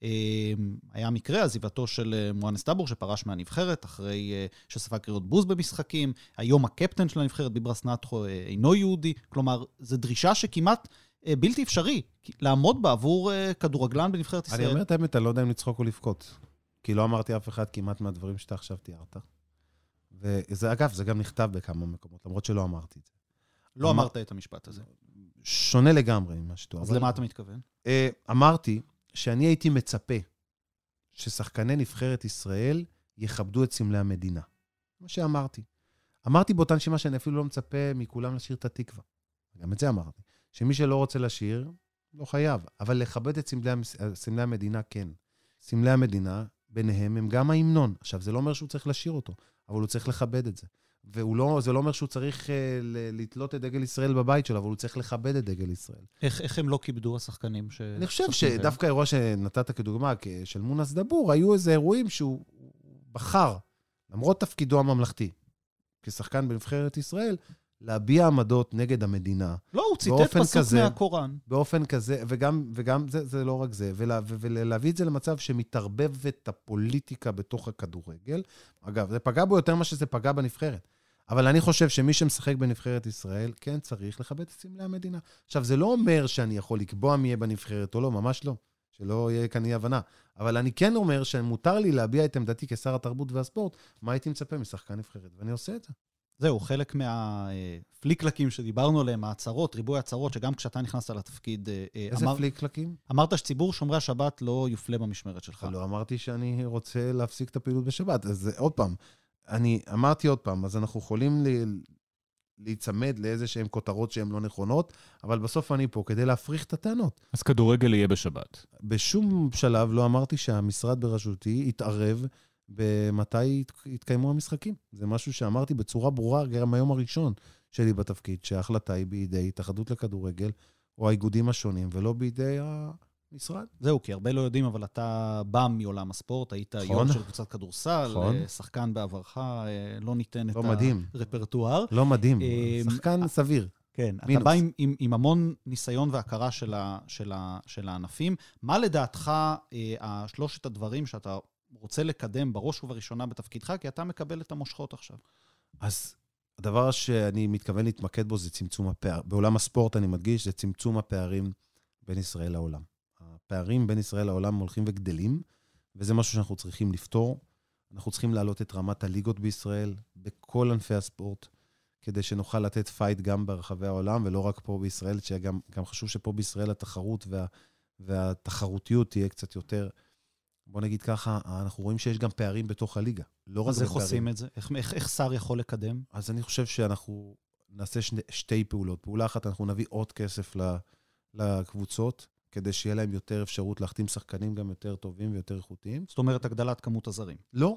היה מקרה, עזיבתו של מואנס דבור שפרש מהנבחרת, אחרי שספג קריאות בוז במשחקים, היום הקפטן של הנבחרת, ביברס נטחו, אינו יהודי, כלומר, זו דרישה שכמעט בלתי אפשרי, לעמוד בה עבור כדורגלן בנבחרת ישראל. אני אומר את האמת, אני לא יודע אם לצחוק או לבכות, כי לא אמרתי אף אחד כמעט מהדברים שאתה עכשיו תיארת. וזה, אגב, זה גם נכתב בכמה מקומות, למרות שלא אמרתי את זה. לא אמרת את המשפט הזה. שונה לגמרי ממה שתואר. אז למה אתה מתכוון? אמרתי שאני הייתי מצפה ששחקני נבחרת ישראל יכבדו את סמלי המדינה. מה שאמרתי. אמרתי באותה נשימה שאני אפילו לא מצפה מכולם לשיר את התקווה. גם את זה אמרתי. שמי שלא רוצה לשיר, לא חייב. אבל לכבד את סמלי המדינה, כן. סמלי המדינה, ביניהם, הם גם ההמנון. עכשיו, זה לא אומר שהוא צריך לשיר אותו, אבל הוא צריך לכבד את זה. וזה לא אומר שהוא צריך לתלות את דגל ישראל בבית שלו, אבל הוא צריך לכבד את דגל ישראל. איך הם לא כיבדו השחקנים? אני חושב שדווקא האירוע שנתת כדוגמה, של מונס דבור, היו איזה אירועים שהוא בחר, למרות תפקידו הממלכתי, כשחקן בנבחרת ישראל, להביע עמדות נגד המדינה. לא, הוא ציטט פסוק מהקוראן. באופן כזה, וגם זה לא רק זה, ולהביא את זה למצב שמתערבבת הפוליטיקה בתוך הכדורגל. אגב, זה פגע בו יותר מה שזה פגע בנבחרת. אבל אני חושב שמי שמשחק בנבחרת ישראל, כן צריך לכבד את סמלי המדינה. עכשיו, זה לא אומר שאני יכול לקבוע מי יהיה בנבחרת או לא, ממש לא. שלא יהיה כאן אי הבנה. אבל אני כן אומר שמותר לי להביע את עמדתי כשר התרבות והספורט, מה הייתי מצפה משחקן נבחרת, ואני עושה את זה. זהו, חלק מהפליקלקים שדיברנו עליהם, ההצהרות, ריבוי הצהרות, שגם כשאתה נכנסת לתפקיד... איזה פליקלקים? אמרת שציבור שומרי השבת לא יופלה במשמרת שלך. לא אמרתי שאני רוצה להפסיק את הפעילות בשבת, אז עוד פעם, אמרתי עוד פעם, אז אנחנו יכולים להיצמד לאיזה שהן כותרות שהן לא נכונות, אבל בסוף אני פה כדי להפריך את הטענות. אז כדורגל יהיה בשבת. בשום שלב לא אמרתי שהמשרד בראשותי יתערב במתי התקיימו המשחקים. זה משהו שאמרתי בצורה ברורה גם היום הראשון שלי בתפקיד, שההחלטה היא בידי התאחדות לכדורגל או האיגודים השונים, ולא בידי המשרד. זהו, כי הרבה לא יודעים, אבל אתה בא מעולם הספורט, היית יום של קבוצת כדורסל, שחקן בעברך, לא ניתן את הרפרטואר. לא מדהים, שחקן סביר. כן, אתה בא עם המון ניסיון והכרה של הענפים. מה לדעתך שלושת הדברים שאתה רוצה לקדם בראש ובראשונה בתפקידך, כי אתה מקבל את המושכות עכשיו? אז הדבר שאני מתכוון להתמקד בו זה צמצום הפער. בעולם הספורט אני מדגיש, זה צמצום הפערים בין ישראל לעולם. הפערים בין ישראל לעולם הולכים וגדלים, וזה משהו שאנחנו צריכים לפתור. אנחנו צריכים להעלות את רמת הליגות בישראל, בכל ענפי הספורט, כדי שנוכל לתת פייט גם ברחבי העולם, ולא רק פה בישראל, שגם חשוב שפה בישראל התחרות והתחרותיות תהיה קצת יותר... בוא נגיד ככה, אנחנו רואים שיש גם פערים בתוך הליגה. אז איך עושים את זה? איך שר יכול לקדם? אז אני חושב שאנחנו נעשה שתי פעולות. פעולה אחת, אנחנו נביא עוד כסף לקבוצות, כדי שיהיה להם יותר אפשרות להחתים שחקנים גם יותר טובים ויותר איכותיים. זאת אומרת, הגדלת כמות הזרים. לא,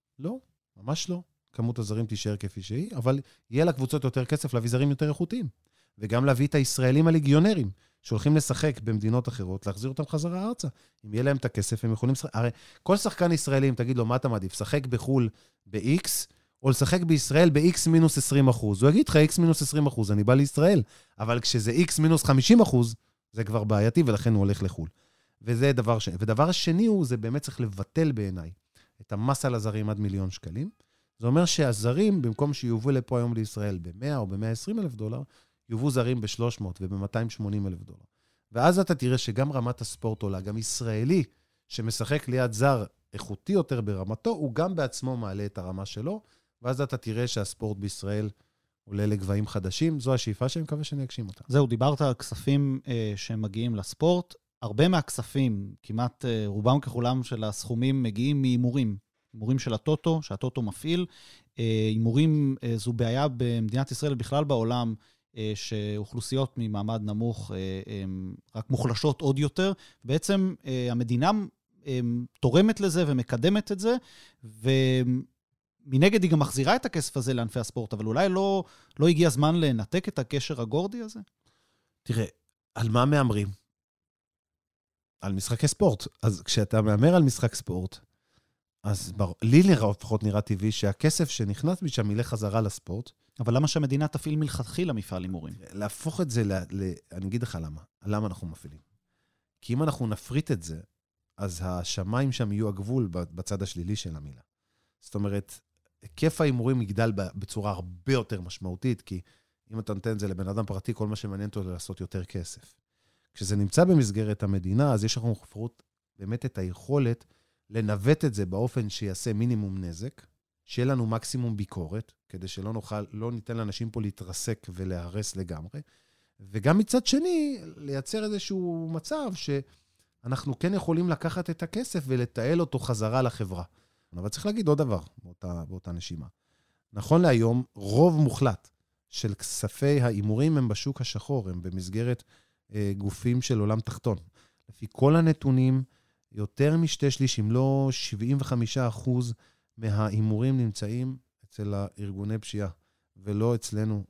ממש לא. כמות הזרים תישאר כפי שהיא, אבל יהיה לקבוצות יותר כסף להביא זרים יותר איכותיים. וגם להביא את הישראלים הליגיונרים, שהולכים לשחק במדינות אחרות, להחזיר אותם חזרה ארצה. אם יהיה להם את הכסף, הם יכולים לשחק. הרי כל שחקן ישראלי, אם תגיד לו, מה אתה מעדיף? שחק בחול ב-X, או לשחק בישראל ב-X מינוס 20%. הוא יגיד לך, X מינוס 20%, אני בא לישראל. אבל כשזה X מינוס 50%, זה כבר בעייתי, ולכן הוא הולך לחול. וזה דבר שני. ודבר השני הוא, זה באמת צריך לבטל בעיניי את המס על הזרים עד $1,000,000. זה אומר שהזרים, במקום שיובאו לפה היום לישראל ב-100 או ב-120,000 $, יובאו זרים ב-300 וב-280,000 $. ואז אתה תראה שגם רמת הספורט עולה, גם ישראלי שמשחק ליד זר איכותי יותר ברמתו, הוא גם בעצמו מעלה את הרמה שלו, ואז אתה תראה שהספורט בישראל עולה לגבהים חדשים. זו השאיפה שאני מקווה שאני אגשים אותה. זהו, דיברת על כספים שמגיעים לספורט. הרבה מהכספים, כמעט רובם ככולם של הסכומים, מגיעים מהימורים. הימורים של הטוטו, שהטוטו מפעיל. הימורים זו בעיה במדינת ישראל בכלל בעולם, שאוכלוסיות ממעמד נמוך רק מוחלשות עוד יותר. בעצם המדינה תורמת לזה ומקדמת את זה, מנגד היא גם מחזירה את הכסף הזה לענפי הספורט, אבל אולי לא הגיע הזמן לנתק את הקשר הגורדי הזה? תראה, על מה מאמרים? על משחקי ספורט. אז כשאתה מאמר על משחק ספורט, אז לי לפחות נראה טבעי שהכסף שנכנס משם ילך חזרה לספורט. אבל למה שהמדינה תפעיל מלכתחילה מפעל הימורים? להפוך את זה, אני אגיד לך למה. למה אנחנו מפעילים? כי אם אנחנו נפריט את זה, אז השמיים שם יהיו הגבול בצד השלילי של המילה. זאת אומרת, היקף ההימורים יגדל בצורה הרבה יותר משמעותית, כי אם אתה נותן את זה לבן אדם פרטי, כל מה שמעניין אותו לעשות יותר כסף. כשזה נמצא במסגרת המדינה, אז יש לנו באמת את היכולת לנווט את זה באופן שיעשה מינימום נזק, שיהיה לנו מקסימום ביקורת, כדי לא ניתן לאנשים פה להתרסק ולהרס לגמרי, וגם מצד שני, לייצר איזשהו מצב שאנחנו כן יכולים לקחת את הכסף ולתעל אותו חזרה לחברה. אבל צריך להגיד עוד דבר באותה נשימה. נכון להיום, רוב מוחלט של כספי האימורים הם בשוק השחור, הם במסגרת גופים של עולם תחתון. לפי כל הנתונים, יותר מ2/3, אם לא 75% מהאימורים נמצאים אצל הארגוני פשיעה, ולא אצלנו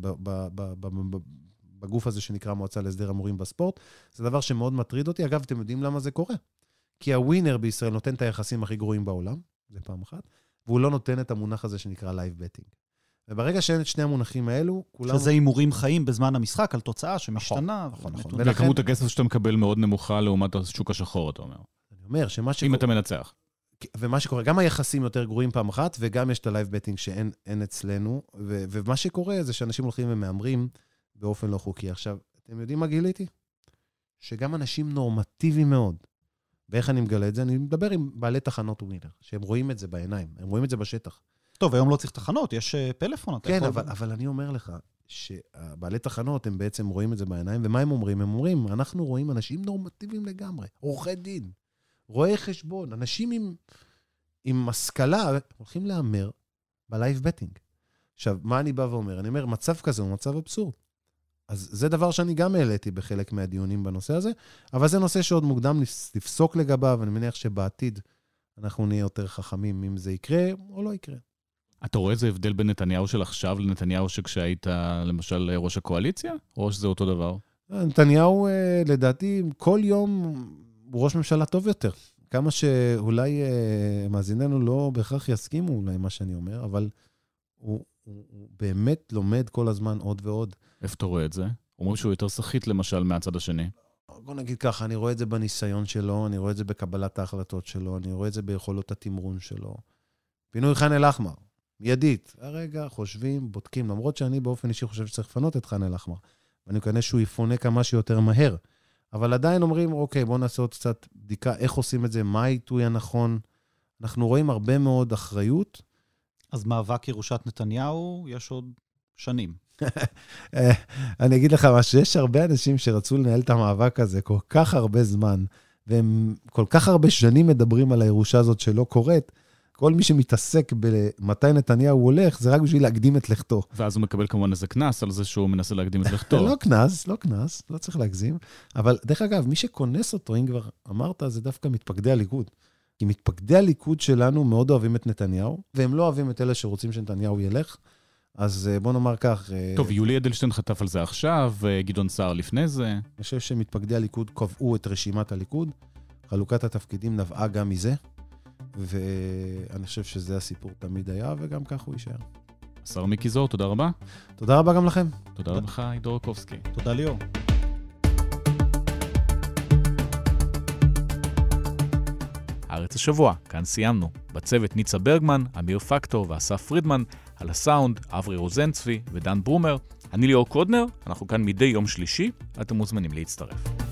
בגוף הזה שנקרא מועצה להסדר הימורים בספורט. זה דבר שמאוד מטריד אותי. אגב, אתם יודעים למה זה קורה? כי הווינר בישראל נותן את היחסים הכי גרועים בעולם, זה פעם אחת, והוא לא נותן את המונח הזה שנקרא לייב בטינג. וברגע שאין את שני המונחים האלו, כולם... שזה הימורים חיים בזמן המשחק, על תוצאה שמשתנה. נכון. וכמות הכסף שאתה מקבל מאוד נמוכה לעומת השוק השחור, אתה אומר. אני אומר שמה שקורה... אם אתה מנצח. ומה שקורה, גם היחסים יותר גרועים פעם אחת, וגם יש את הלייב בטינג שאין אצלנו, ומה שקורה זה שאנשים הולכים ומאמרים באופן לא חוקי. עכשיו, אתם יודעים מה גיליתי? שגם אנשים נורמטיביים מאוד, ואיך אני מגלה את זה? אני מדבר עם בעלי תחנות ווינר, שהם רואים את זה בעיניים, הם רואים את זה בשטח. טוב, היום לא צריך תחנות, יש פלאפון. כן, אבל אני אומר לך, שבעלי תחנות הם בעצם רואים את זה בעיניים, ומה הם אומרים? הם אומרים, אנחנו רואים אנשים נורמטיביים לגמרי, עורכי דין, רואי חשבון, אנשים עם השכלה, הולכים לאמר בלייב בטינג. עכשיו, מה אני בא ואומר? אני אומר, מצב כזה הוא מצב אבסורד. אז זה דבר שאני גם העליתי בחלק מהדיונים בנושא הזה, אבל זה נושא שעוד מוקדם לפסוק לגביו, ואני מניח שבעתיד אנחנו נהיה יותר חכמים אם זה יקרה או לא יקרה. אתה רואה איזה הבדל בין נתניהו של עכשיו לנתניהו שכשהיית למשל ראש הקואליציה? או שזה אותו דבר? נתניהו, לדעתי, כל יום הוא ראש ממשלה טוב יותר. כמה שאולי מאזיננו לא בהכרח יסכימו אולי מה שאני אומר, אבל הוא באמת לומד כל הזמן עוד ועוד. איפה אתה רואה את זה? אומרים שהוא יותר שחית למשל מהצד השני. בוא נגיד ככה, אני רואה את זה בניסיון שלו, אני רואה את זה בקבלת ההחלטות שלו, אני רואה את זה ביכולות התמרון שלו. פינוי חן אל-אחמר, מיידית. הרגע חושבים, בודקים, למרות שאני באופן אישי חושב שצריך לפנות את חן אל-אחמר, ואני מקווה שהוא יפונה כמה שיותר מהר. אבל עדיין אומרים, אוקיי, בואו נעשה עוד קצת בדיקה, איך עושים את זה, מה העיתוי הנכון. אנחנו רואים הרבה מאוד אחריות. אז מאבק ירושת נתניהו, יש עוד שנים. אני אגיד לך מה, שיש הרבה אנשים שרצו לנהל את המאבק הזה כל כך הרבה זמן, והם כל כך הרבה שנים מדברים על הירושה הזאת שלא קורית, כל מי שמתעסק במתי נתניהו הולך, זה רק בשביל להקדים את לכתו. ואז הוא מקבל כמובן איזה כנס על זה שהוא מנסה להקדים את לכתו. לא כנס, לא צריך להגזים. אבל דרך אגב, מי שכונס אותו, אם כבר אמרת, זה דווקא מתפקדי הליכוד. כי מתפקדי הליכוד שלנו מאוד אוהבים את נתניהו, והם לא אוהבים את אלה שרוצים שנתניהו ילך. אז בוא נאמר כך... טוב, יולי אדלשטיין חטף על זה עכשיו, גדעון סער לפני זה. אני חושב שמתפקדי הליכוד קבעו את רשימת הליכוד, חלוקת התפקידים נבעה גם מזה, ואני חושב שזה הסיפור תמיד היה, וגם כך הוא יישאר. השר מיקי זוהר, תודה רבה. תודה רבה גם לכם. תודה רבה, עידו רקובסקי. תודה ליאור. הארץ השבוע, כאן סיימנו. בצוות ניצה ברגמן, אמיר פקטור ואסף פרידמן, על הסאונד, אברי רוזנצבי ודן ברומר. אני ליאור קודנר, אנחנו כאן מדי יום שלישי, אתם מוזמנים להצטרף.